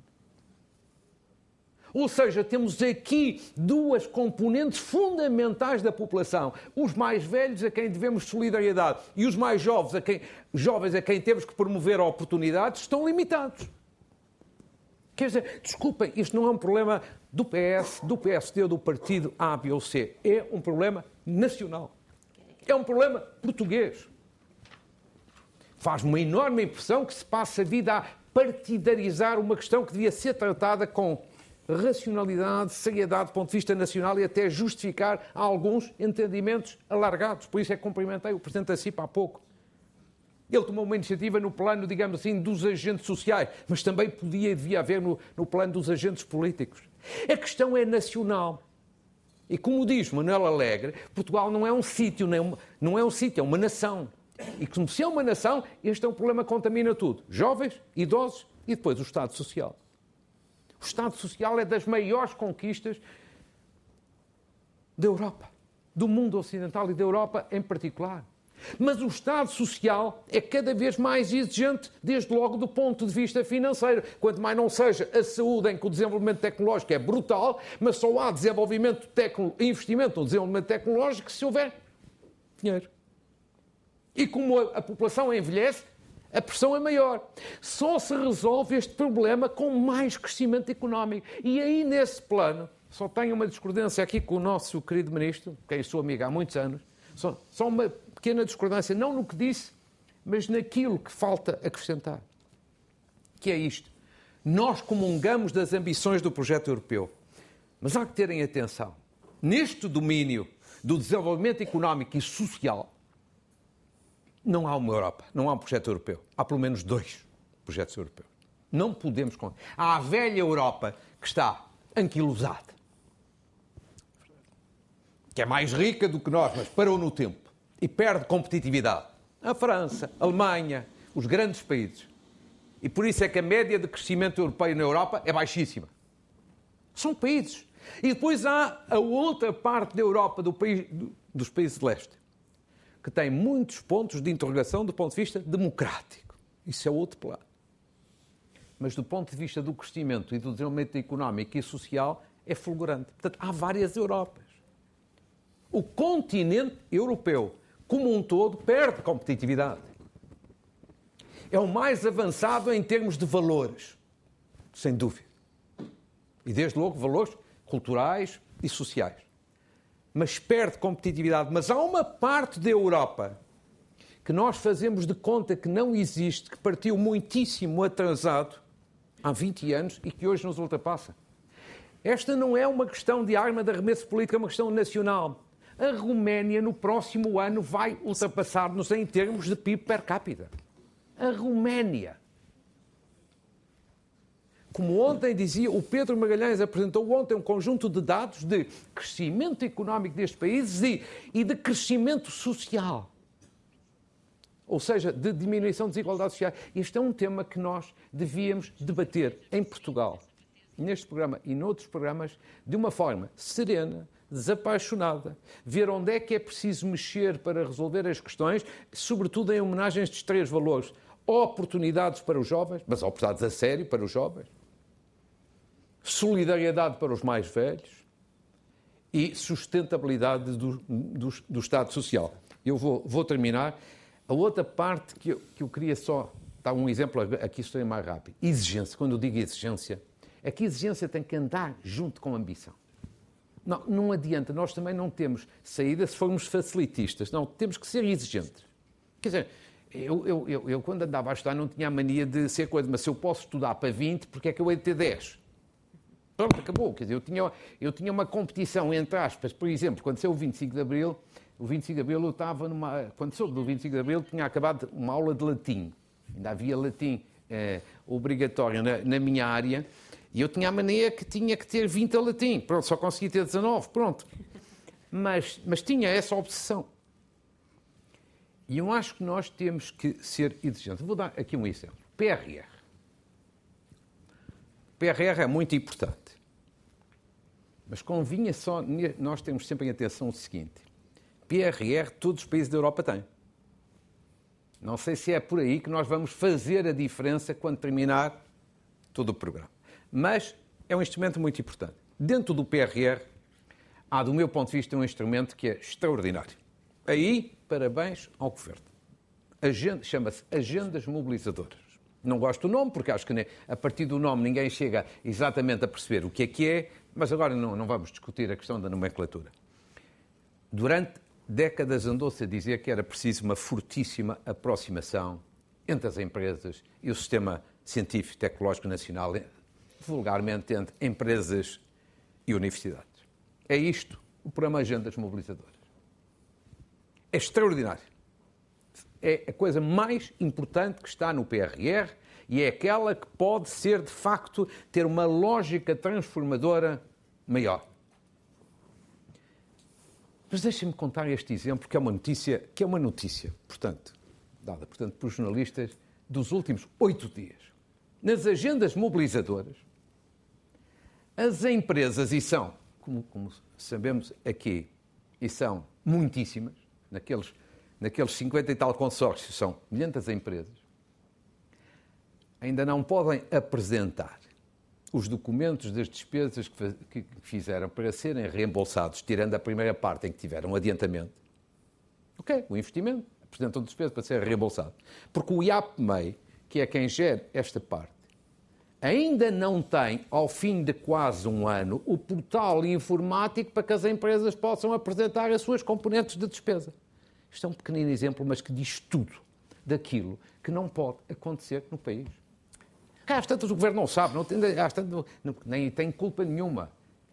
Ou seja, temos aqui 2 componentes fundamentais da população. Os mais velhos, a quem devemos solidariedade, e os mais jovens a quem temos que promover oportunidades, estão limitados. Quer dizer, desculpem, isto não é um problema do PS, do PSD ou do partido A, B ou C. É um problema nacional. É um problema português. Faz-me uma enorme impressão que se passa a vida a partidarizar uma questão que devia ser tratada com racionalidade, seriedade do ponto de vista nacional e até justificar alguns entendimentos alargados. Por isso é que cumprimentei o Presidente da CIP há pouco. Ele tomou uma iniciativa no plano, digamos assim, dos agentes sociais, mas também podia e devia haver no plano dos agentes políticos. A questão é nacional. E como diz Manuel Alegre, Portugal não é um sítio, não é um sítio, é uma nação. E como se é uma nação, este é um problema que contamina tudo. Jovens, idosos e depois o Estado Social. O Estado Social é das maiores conquistas da Europa, do mundo ocidental e da Europa em particular. Mas o Estado Social é cada vez mais exigente, desde logo do ponto de vista financeiro. Quanto mais não seja a saúde, em que o desenvolvimento tecnológico é brutal, mas só há investimento no desenvolvimento tecnológico se houver dinheiro. E como a população envelhece, a pressão é maior. Só se resolve este problema com mais crescimento económico. E aí, nesse plano, só tenho uma discordância aqui com o nosso querido ministro, quem sou amigo há muitos anos, só uma pequena discordância, não no que disse, mas naquilo que falta acrescentar. Que é isto. Nós comungamos das ambições do projeto europeu, mas há que terem atenção. Neste domínio do desenvolvimento económico e social, não há uma Europa, não há um projeto europeu. Há pelo menos 2 projetos europeus. Não podemos... Há a velha Europa que está anquilosada, que é mais rica do que nós, mas parou no tempo e perde competitividade. A França, a Alemanha, os grandes países. E por isso é que a média de crescimento europeu na Europa é baixíssima. São países. E depois há a outra parte da Europa, dos países de leste, que tem muitos pontos de interrogação do ponto de vista democrático. Isso é outro plano. Mas do ponto de vista do crescimento e do desenvolvimento económico e social, é fulgurante. Portanto, há várias Europas. O continente europeu, como um todo, perde competitividade. É o mais avançado em termos de valores, sem dúvida. E, desde logo, valores culturais e sociais. Mas perde competitividade. Mas há uma parte da Europa que nós fazemos de conta que não existe, que partiu muitíssimo atrasado há 20 anos e que hoje nos ultrapassa. Esta não é uma questão de arma de arremesso político, é uma questão nacional. A Roménia, no próximo ano, vai ultrapassar-nos em termos de PIB per capita. A Roménia. Como ontem dizia, o Pedro Magalhães apresentou ontem um conjunto de dados de crescimento económico destes países e de crescimento social. Ou seja, de diminuição de desigualdades sociais. Este é um tema que nós devíamos debater em Portugal, neste programa e noutros programas, de uma forma serena, desapaixonada, ver onde é que é preciso mexer para resolver as questões, sobretudo em homenagem a estes 3 valores. Oportunidades para os jovens, mas oportunidades a sério para os jovens, solidariedade para os mais velhos e sustentabilidade do Estado Social. Eu vou terminar. A outra parte que eu queria só dar um exemplo, aqui estou mais rápido. Exigência. Quando eu digo exigência, é que a exigência tem que andar junto com a ambição. Não adianta, nós também não temos saída se formos facilitistas. Não, temos que ser exigentes. Quer dizer, eu quando andava a estudar não tinha a mania de ser coisa, mas se eu posso estudar para 20, porque é que eu hei de ter 10? Pronto, acabou. Quer dizer, eu tinha uma competição, entre aspas, por exemplo, quando saiu o 25 de Abril, eu estava quando soube do 25 de Abril, tinha acabado uma aula de latim. Ainda havia latim obrigatório na minha área, e eu tinha a mania que tinha que ter 20 a latim. Pronto, só conseguia ter 19, pronto. Mas tinha essa obsessão. E eu acho que nós temos que ser exigentes. Vou dar aqui um exemplo. PRR. PRR é muito importante. Mas convinha só... Nós temos sempre em atenção o seguinte. PRR todos os países da Europa têm. Não sei se é por aí que nós vamos fazer a diferença quando terminar todo o programa. Mas é um instrumento muito importante. Dentro do PRR, há, do meu ponto de vista, um instrumento que é extraordinário. Aí, parabéns ao Governo. Chama-se Agendas Mobilizadoras. Não gosto do nome, porque acho que a partir do nome ninguém chega exatamente a perceber o que é, mas agora não vamos discutir a questão da nomenclatura. Durante décadas andou-se a dizer que era preciso uma fortíssima aproximação entre as empresas e o sistema científico e tecnológico nacional, vulgarmente entre empresas e universidades. É isto o programa Agendas Mobilizadoras. É extraordinário. É a coisa mais importante que está no PRR e é aquela que pode ser, de facto, ter uma lógica transformadora maior. Mas deixem-me contar este exemplo, que é uma notícia, portanto, dada por jornalistas dos últimos 8 dias. Nas agendas mobilizadoras, as empresas, e são, como sabemos aqui, e são muitíssimas, naqueles 50 e tal consórcios, são milhentas empresas, ainda não podem apresentar os documentos das despesas que fizeram para serem reembolsados, tirando a primeira parte em que tiveram um adiantamento. Ok, o investimento, apresentam despesas para ser reembolsado. Porque o IAPMEI, que é quem gera esta parte, ainda não tem, ao fim de quase um ano, o portal informático para que as empresas possam apresentar as suas componentes de despesa. Isto é um pequenino exemplo, mas que diz tudo daquilo que não pode acontecer no país. Cá, às tantas, o Governo não sabe, nem tem culpa nenhuma.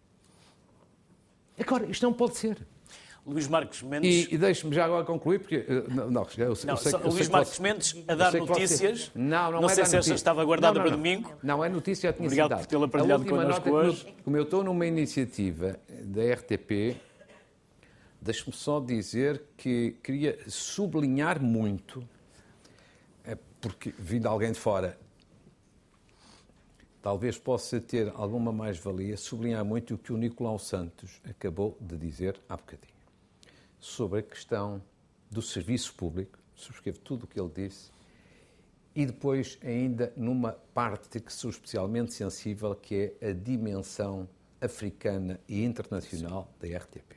Agora, isto não pode ser. Luís Marcos Mendes... E deixe-me já agora concluir, porque... Luís Marcos Mendes a dar notícias. Não sei se esta estava guardada para domingo. Não é notícia, já tinha Obrigado citado. por tê-la partilhado connosco hoje. Como eu estou numa iniciativa da RTP, deixe-me só dizer que queria sublinhar muito, porque vindo alguém de fora, talvez possa ter alguma mais-valia, sublinhar muito o que o Nicolau Santos acabou de dizer há bocadinho, sobre a questão do serviço público, subscrevo tudo o que ele disse, e depois ainda numa parte que sou especialmente sensível, que é a dimensão africana e internacional da RTP.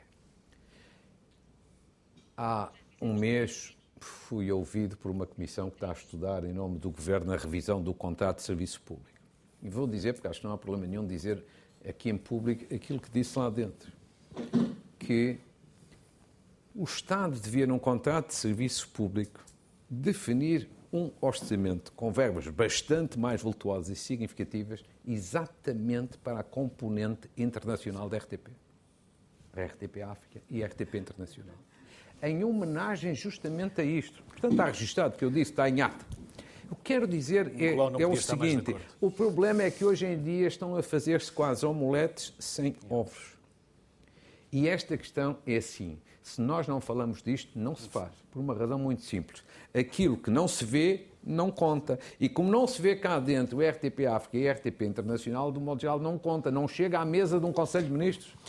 Há um mês fui ouvido por uma comissão que está a estudar em nome do Governo a revisão do contrato de serviço público. E vou dizer, porque acho que não há problema nenhum dizer aqui em público aquilo que disse lá dentro, que o Estado devia, num contrato de serviço público, definir um orçamento com verbas bastante mais vultuosas e significativas exatamente para a componente internacional da RTP. A RTP África e a RTP Internacional. Em homenagem justamente a isto. Portanto, está registado, que eu disse, está em ata. O que quero dizer é o seguinte, o problema é que hoje em dia estão a fazer-se quase omeletes sem ovos. E esta questão é assim, se nós não falamos disto, não se faz, por uma razão muito simples. Aquilo que não se vê, não conta. E como não se vê cá dentro o RTP África e a RTP Internacional, do modo geral, não conta, não chega à mesa de um Conselho de Ministros.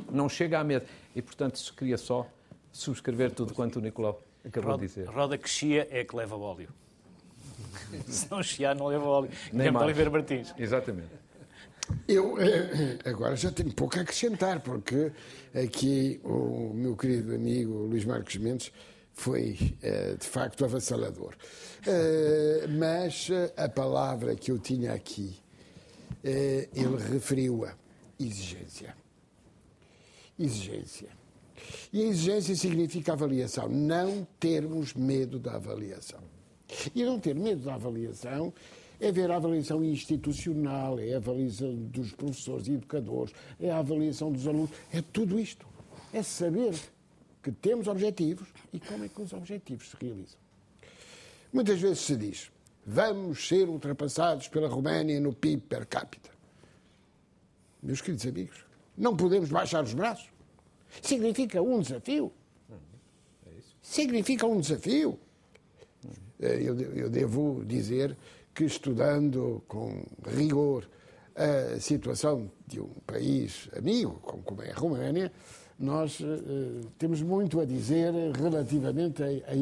não chega à mesa. E, portanto, queria só subscrever tudo quanto o Nicolau acabou de dizer. Roda que chia é que leva óleo. Se não chiar, não leva óleo. Nem mais. Oliveira Martins. Exatamente. Eu agora já tenho pouco a acrescentar, porque aqui o meu querido amigo Luís Marcos Mendes foi, de facto, avassalador. Mas a palavra que eu tinha aqui, ele referiu-a: exigência. Exigência. E a exigência significa avaliação. Não termos medo da avaliação. E não ter medo da avaliação é ver a avaliação institucional, é a avaliação dos professores e educadores, é a avaliação dos alunos, é tudo isto. É saber que temos objetivos e como é que os objetivos se realizam. Muitas vezes se diz: vamos ser ultrapassados pela Roménia no PIB per capita. Meus queridos amigos, não podemos baixar os braços. Significa um desafio. Significa um desafio. Eu devo dizer que, estudando com rigor a situação de um país amigo, como é a Roménia, nós temos muito a dizer relativamente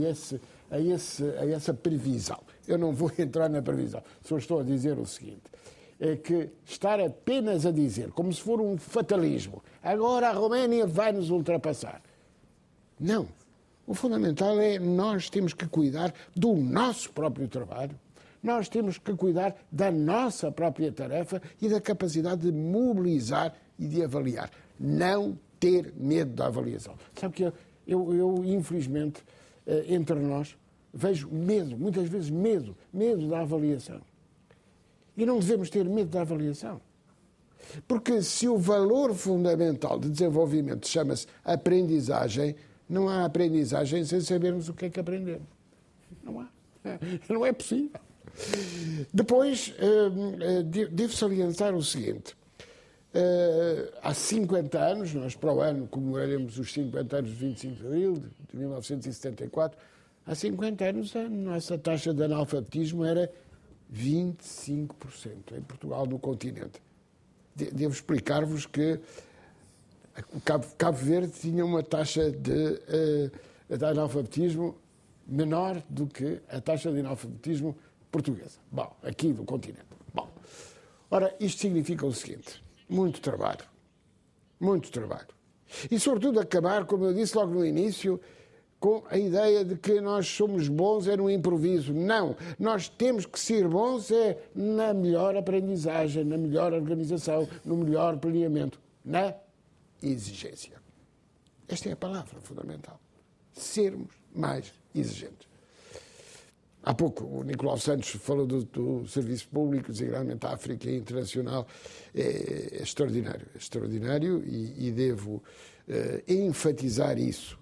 a essa previsão. Eu não vou entrar na previsão, só estou a dizer o seguinte: é que estar apenas a dizer, como se for um fatalismo, agora a Roménia vai nos ultrapassar. Não. O fundamental é nós temos que cuidar do nosso próprio trabalho, nós temos que cuidar da nossa própria tarefa e da capacidade de mobilizar e de avaliar. Não ter medo da avaliação. Sabe que eu infelizmente, entre nós, vejo medo, muitas vezes medo da avaliação. E não devemos ter medo da avaliação. Porque se o valor fundamental de desenvolvimento chama-se aprendizagem, não há aprendizagem sem sabermos o que é que aprendemos. Não há. Não é possível. Depois, devo salientar o seguinte. Há 50 anos, nós para o ano comemoraremos os 50 anos de 25 de abril de 1974, há 50 anos a nossa taxa de analfabetismo era 25% em Portugal, no continente. Devo explicar-vos que o Cabo Verde tinha uma taxa de analfabetismo menor do que a taxa de analfabetismo portuguesa. Bom, aqui do continente. Bom, ora, isto significa o seguinte: muito trabalho. Muito trabalho. E, sobretudo, acabar, como eu disse logo no início, com a ideia de que nós somos bons no improviso. Não. Nós temos que ser bons na melhor aprendizagem, na melhor organização, no melhor planeamento, na exigência. Esta é a palavra fundamental. Sermos mais exigentes. Há pouco o Nicolau Santos falou do serviço público, designadamente a África Internacional. É extraordinário. É extraordinário e devo enfatizar isso.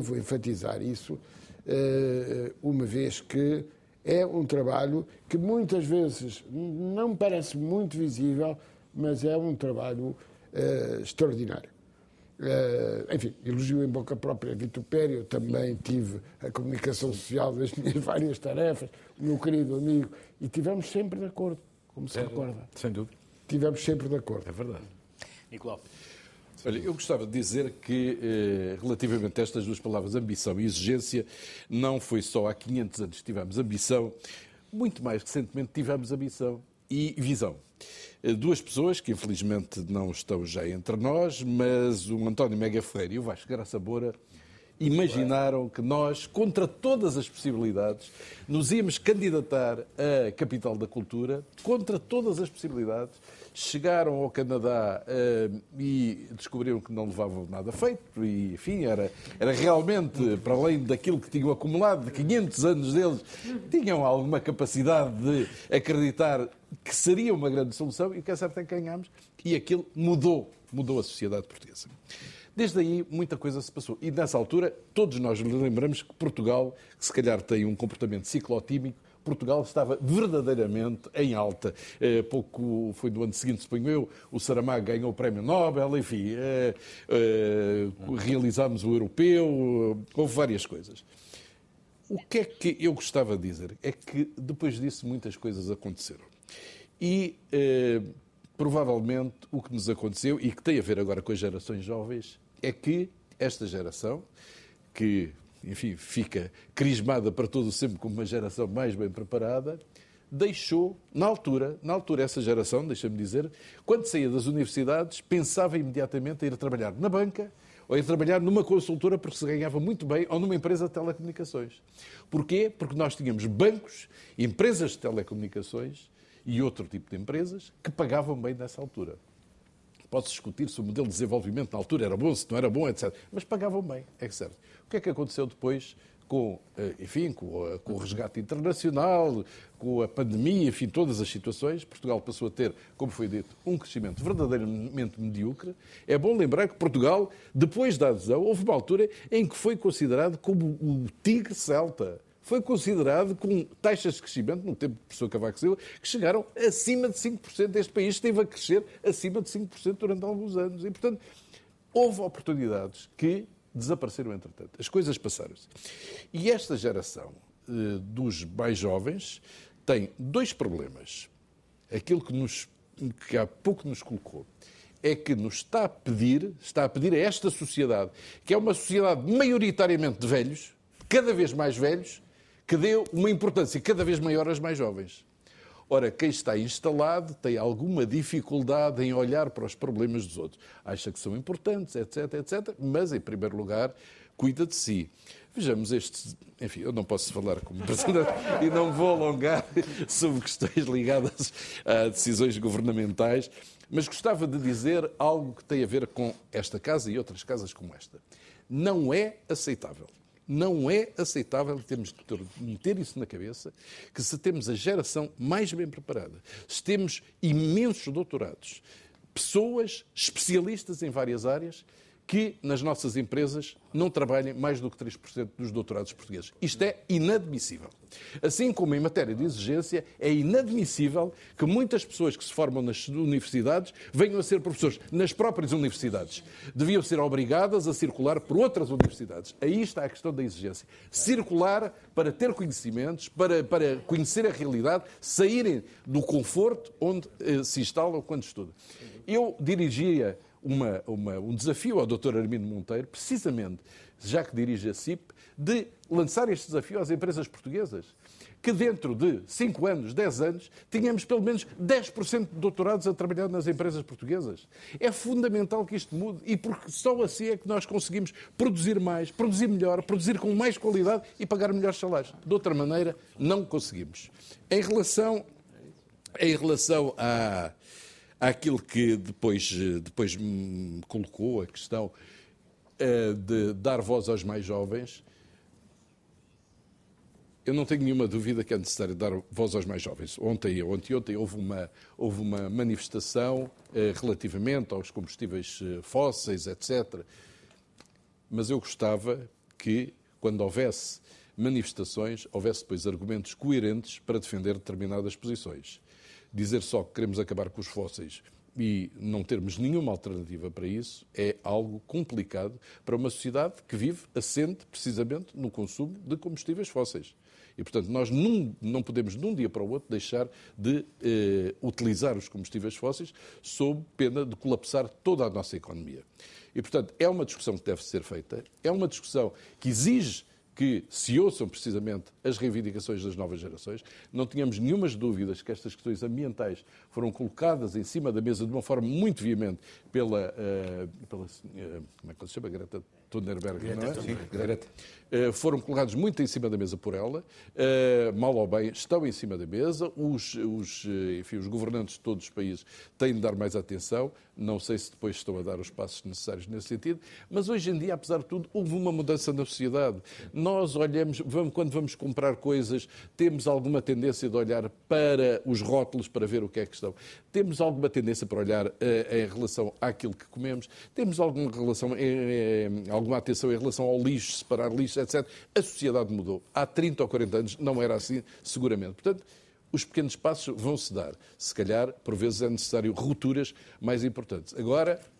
Uma vez que é um trabalho que muitas vezes não parece muito visível, mas é um trabalho extraordinário. Enfim, elogio em boca própria vitupério. Eu também tive a comunicação social das minhas várias tarefas, o meu querido amigo, e tivemos sempre de acordo, como se recorda. Sem dúvida. Tivemos sempre de acordo. É verdade. Nicolau. Olha, eu gostava de dizer que, relativamente a estas duas palavras, ambição e exigência, não foi só há 500 anos que tivemos ambição, muito mais recentemente tivemos ambição e visão. Duas pessoas que infelizmente não estão já entre nós, mas o António Mega Ferreira e o Vasco Graça Moura imaginaram que nós, contra todas as possibilidades, nos íamos candidatar à capital da cultura, contra todas as possibilidades. Chegaram ao Canadá e descobriram que não levavam nada feito e, enfim, era realmente, para além daquilo que tinham acumulado, de 500 anos deles, tinham alguma capacidade de acreditar que seria uma grande solução e o que é certo é que ganhámos e aquilo mudou a sociedade portuguesa. Desde aí, muita coisa se passou. E, nessa altura, todos nós lembramos que Portugal, que se calhar tem um comportamento ciclotímico, Portugal estava verdadeiramente em alta. Pouco foi no ano seguinte, suponho eu, o Saramago ganhou o Prémio Nobel, enfim, realizámos o Europeu, houve várias coisas. O que é que eu gostava de dizer? É que, depois disso, muitas coisas aconteceram. E provavelmente o que nos aconteceu, e que tem a ver agora com as gerações jovens, é que esta geração, que, enfim, fica crismada para todo o sempre como uma geração mais bem preparada, deixou, na altura essa geração, deixa-me dizer, quando saía das universidades, pensava imediatamente em ir trabalhar na banca ou em trabalhar numa consultora porque se ganhava muito bem ou numa empresa de telecomunicações. Porquê? Porque nós tínhamos bancos, empresas de telecomunicações e outro tipo de empresas que pagavam bem nessa altura. Pode-se discutir se o modelo de desenvolvimento na altura era bom, se não era bom, etc. Mas pagavam bem, é certo. O que é que aconteceu depois com o resgate internacional, com a pandemia, enfim, todas as situações? Portugal passou a ter, como foi dito, um crescimento verdadeiramente medíocre. É bom lembrar que Portugal, depois da adesão, houve uma altura em que foi considerado como o tigre celta. Foi considerado com taxas de crescimento, no tempo do professor Cavaco Silva, que chegaram acima de 5%. Este país esteve a crescer acima de 5% durante alguns anos. E, portanto, houve oportunidades que desapareceram, entretanto. As coisas passaram-se. E esta geração dos mais jovens tem dois problemas. Aquilo que há pouco nos colocou é que nos está a pedir a esta sociedade, que é uma sociedade maioritariamente de velhos, cada vez mais velhos, que dê uma importância cada vez maior às mais jovens. Ora, quem está instalado tem alguma dificuldade em olhar para os problemas dos outros. Acha que são importantes, etc, etc, mas, em primeiro lugar, cuida de si. Vejamos enfim, eu não posso falar como presidente e não vou alongar sobre questões ligadas a decisões governamentais, mas gostava de dizer algo que tem a ver com esta casa e outras casas como esta. Não é aceitável. Não é aceitável, temos de meter isso na cabeça, que se temos a geração mais bem preparada, se temos imensos doutorados, pessoas especialistas em várias áreas, que nas nossas empresas não trabalhem mais do que 3% dos doutorados portugueses. Isto é inadmissível. Assim como em matéria de exigência, é inadmissível que muitas pessoas que se formam nas universidades venham a ser professores nas próprias universidades. Deviam ser obrigadas a circular por outras universidades. Aí está a questão da exigência. Circular para ter conhecimentos, para conhecer a realidade, saírem do conforto onde se instalam quando estudam. Eu dirigia um desafio ao Dr. Armindo Monteiro, precisamente, já que dirige a CIP, de lançar este desafio às empresas portuguesas. Que dentro de 5 anos, 10 anos, tenhamos pelo menos 10% de doutorados a trabalhar nas empresas portuguesas. É fundamental que isto mude e porque só assim é que nós conseguimos produzir mais, produzir melhor, produzir com mais qualidade e pagar melhores salários. De outra maneira, não conseguimos. Em relação àquilo que depois me colocou, a questão de dar voz aos mais jovens, eu não tenho nenhuma dúvida que é necessário dar voz aos mais jovens. Ontem houve uma manifestação relativamente aos combustíveis fósseis, etc. Mas eu gostava que, quando houvesse manifestações, houvesse depois argumentos coerentes para defender determinadas posições. Dizer só que queremos acabar com os fósseis e não termos nenhuma alternativa para isso é algo complicado para uma sociedade que vive assente precisamente no consumo de combustíveis fósseis. E, portanto, nós não podemos, de um dia para o outro, deixar de utilizar os combustíveis fósseis sob pena de colapsar toda a nossa economia. E, portanto, é uma discussão que deve ser feita, é uma discussão que exige que se ouçam precisamente as reivindicações das novas gerações. Não tínhamos nenhumas dúvidas que estas questões ambientais foram colocadas em cima da mesa de uma forma muito veemente pela como é que se chama? Greta Thunberg, não é? Sim, Greta. Foram colocados muito em cima da mesa por ela, mal ou bem estão em cima da mesa, enfim, os governantes de todos os países têm de dar mais atenção, não sei se depois estão a dar os passos necessários nesse sentido, mas hoje em dia, apesar de tudo, houve uma mudança na sociedade. Nós olhamos, quando vamos comprar coisas, temos alguma tendência de olhar para os rótulos para ver o que é que estão. Temos alguma tendência para olhar em relação àquilo que comemos, temos alguma atenção em relação ao lixo, separar lixo, etc. A sociedade mudou. Há 30 ou 40 anos não era assim, seguramente. Portanto, os pequenos passos vão-se dar. Se calhar, por vezes, é necessário rupturas mais importantes. Agora,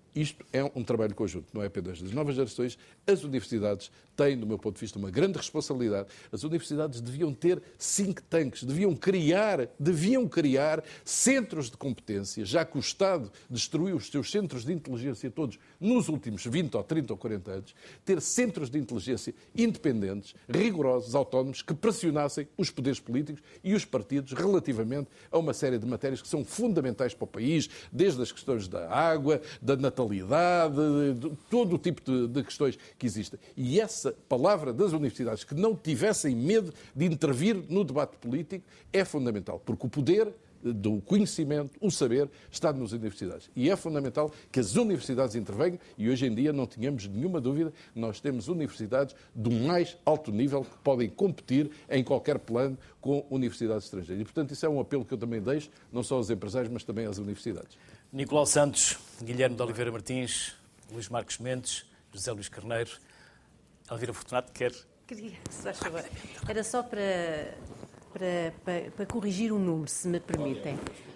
Isto é um trabalho conjunto, não é apenas das novas gerações. As universidades têm, do meu ponto de vista, uma grande responsabilidade. As universidades deviam ter think tanks, deviam criar centros de competência, já que o Estado destruiu os seus centros de inteligência todos nos últimos 20 ou 30 ou 40 anos, ter centros de inteligência independentes, rigorosos, autónomos, que pressionassem os poderes políticos e os partidos relativamente a uma série de matérias que são fundamentais para o país, desde as questões da água, da natalidade, de todo o tipo de questões que existem. E essa palavra das universidades, que não tivessem medo de intervir no debate político, é fundamental, porque o poder do conhecimento, o saber, está nas universidades. E é fundamental que as universidades intervenham e hoje em dia não tínhamos nenhuma dúvida, nós temos universidades do mais alto nível que podem competir em qualquer plano com universidades estrangeiras. E, portanto, isso é um apelo que eu também deixo, não só aos empresários, mas também às universidades. Nicolau Santos, Guilherme de Oliveira Martins, Luís Marcos Mendes, José Luís Carneiro, Elvira Fortunato, quer... Queria, se faz favor. Era só para corrigir um número, se me permitem.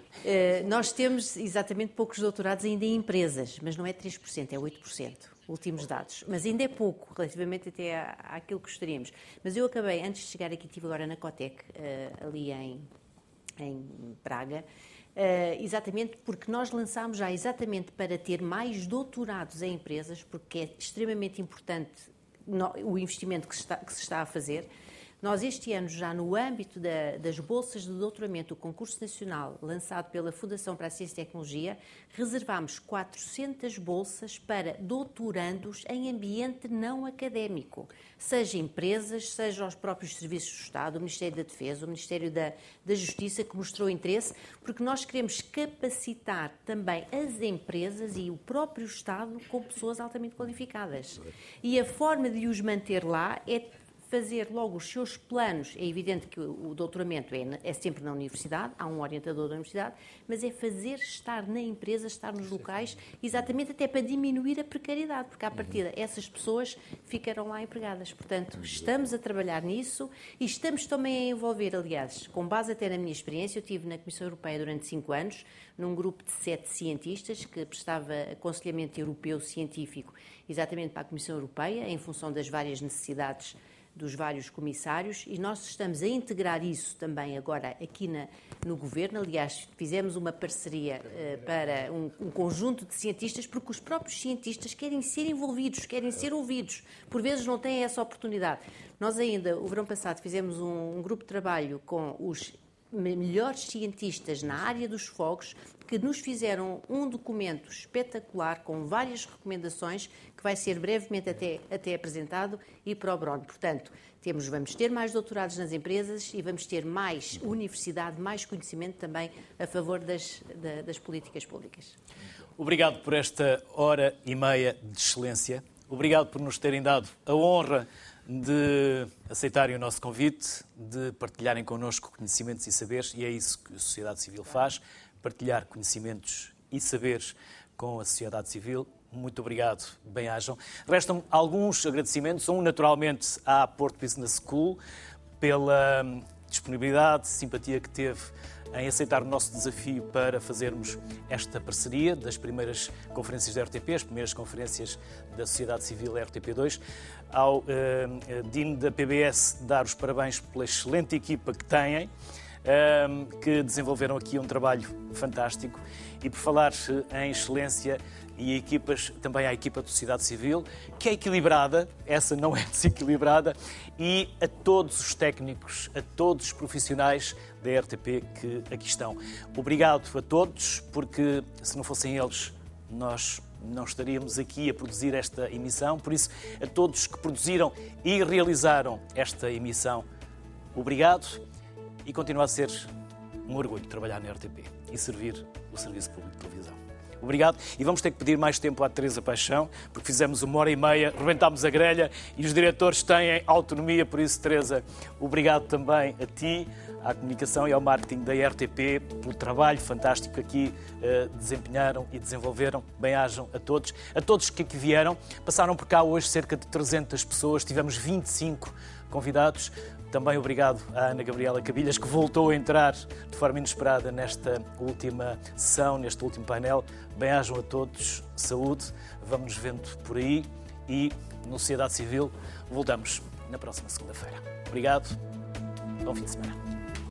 Nós temos exatamente poucos doutorados ainda em empresas, mas não é 3%, é 8%, últimos dados. Mas ainda é pouco, relativamente até àquilo que gostaríamos. Mas eu acabei, antes de chegar aqui, estive agora na Cotec, ali em Praga, exatamente porque nós lançámos já exatamente para ter mais doutorados em empresas, porque é extremamente importante o investimento que se está a fazer. Nós este ano, já no âmbito das bolsas de doutoramento, o concurso nacional lançado pela Fundação para a Ciência e Tecnologia, reservámos 400 bolsas para doutorandos em ambiente não académico, seja empresas, seja os próprios serviços do Estado, o Ministério da Defesa, o Ministério da Justiça, que mostrou interesse, porque nós queremos capacitar também as empresas e o próprio Estado com pessoas altamente qualificadas. E a forma de os manter lá é fazer logo os seus planos. É evidente que o doutoramento é sempre na universidade, há um orientador da universidade, mas é fazer estar na empresa, estar nos locais, exatamente até para diminuir a precariedade, porque à partida essas pessoas ficarão lá empregadas. Portanto, estamos a trabalhar nisso e estamos também a envolver, aliás, com base até na minha experiência, eu estive na Comissão Europeia durante 5 anos, num grupo de 7 cientistas que prestava aconselhamento europeu científico exatamente para a Comissão Europeia, em função das várias necessidades dos vários comissários, e nós estamos a integrar isso também agora aqui no Governo. Aliás, fizemos uma parceria para um conjunto de cientistas, porque os próprios cientistas querem ser envolvidos, querem ser ouvidos. Por vezes não têm essa oportunidade. Nós ainda, o verão passado, fizemos um grupo de trabalho com os melhores cientistas na área dos fogos, que nos fizeram um documento espetacular com várias recomendações que vai ser brevemente até apresentado e para o BRON. Portanto, vamos ter mais doutorados nas empresas e vamos ter mais universidade, mais conhecimento também a favor das políticas públicas. Obrigado por esta hora e meia de excelência. Obrigado por nos terem dado a honra de aceitarem o nosso convite, de partilharem connosco conhecimentos e saberes, e é isso que a sociedade civil faz, partilhar conhecimentos e saberes com a sociedade civil. Muito obrigado, bem-ajam. Restam alguns agradecimentos, naturalmente à Porto Business School, pela disponibilidade, simpatia que teve em aceitar o nosso desafio para fazermos esta parceria das primeiras conferências da RTP, as primeiras conferências da sociedade civil RTP2, ao Dino da PBS dar os parabéns pela excelente equipa que têm, que desenvolveram aqui um trabalho fantástico, e por falar em excelência e equipas, também à equipa da sociedade civil, que é equilibrada, essa não é desequilibrada, e a todos os técnicos, a todos os profissionais da RTP que aqui estão. Obrigado a todos, porque se não fossem eles, nós não estaríamos aqui a produzir esta emissão. Por isso, a todos que produziram e realizaram esta emissão, obrigado, e continua a ser um orgulho trabalhar na RTP e servir o Serviço Público de Televisão. Obrigado, e vamos ter que pedir mais tempo à Teresa Paixão, porque fizemos 1h30, rebentámos a grelha e os diretores têm autonomia, por isso, Teresa, obrigado também a ti, à comunicação e ao marketing da RTP pelo trabalho fantástico que aqui desempenharam e desenvolveram. Bem-ajam a todos que aqui vieram. Passaram por cá hoje cerca de 300 pessoas, tivemos 25 convidados. Também obrigado à Ana Gabriela Cabilhas, que voltou a entrar de forma inesperada nesta última sessão, neste último painel. Bem-ajam a todos, saúde, vamos nos vendo por aí e no Sociedade Civil voltamos na próxima segunda-feira. Obrigado, bom fim de semana.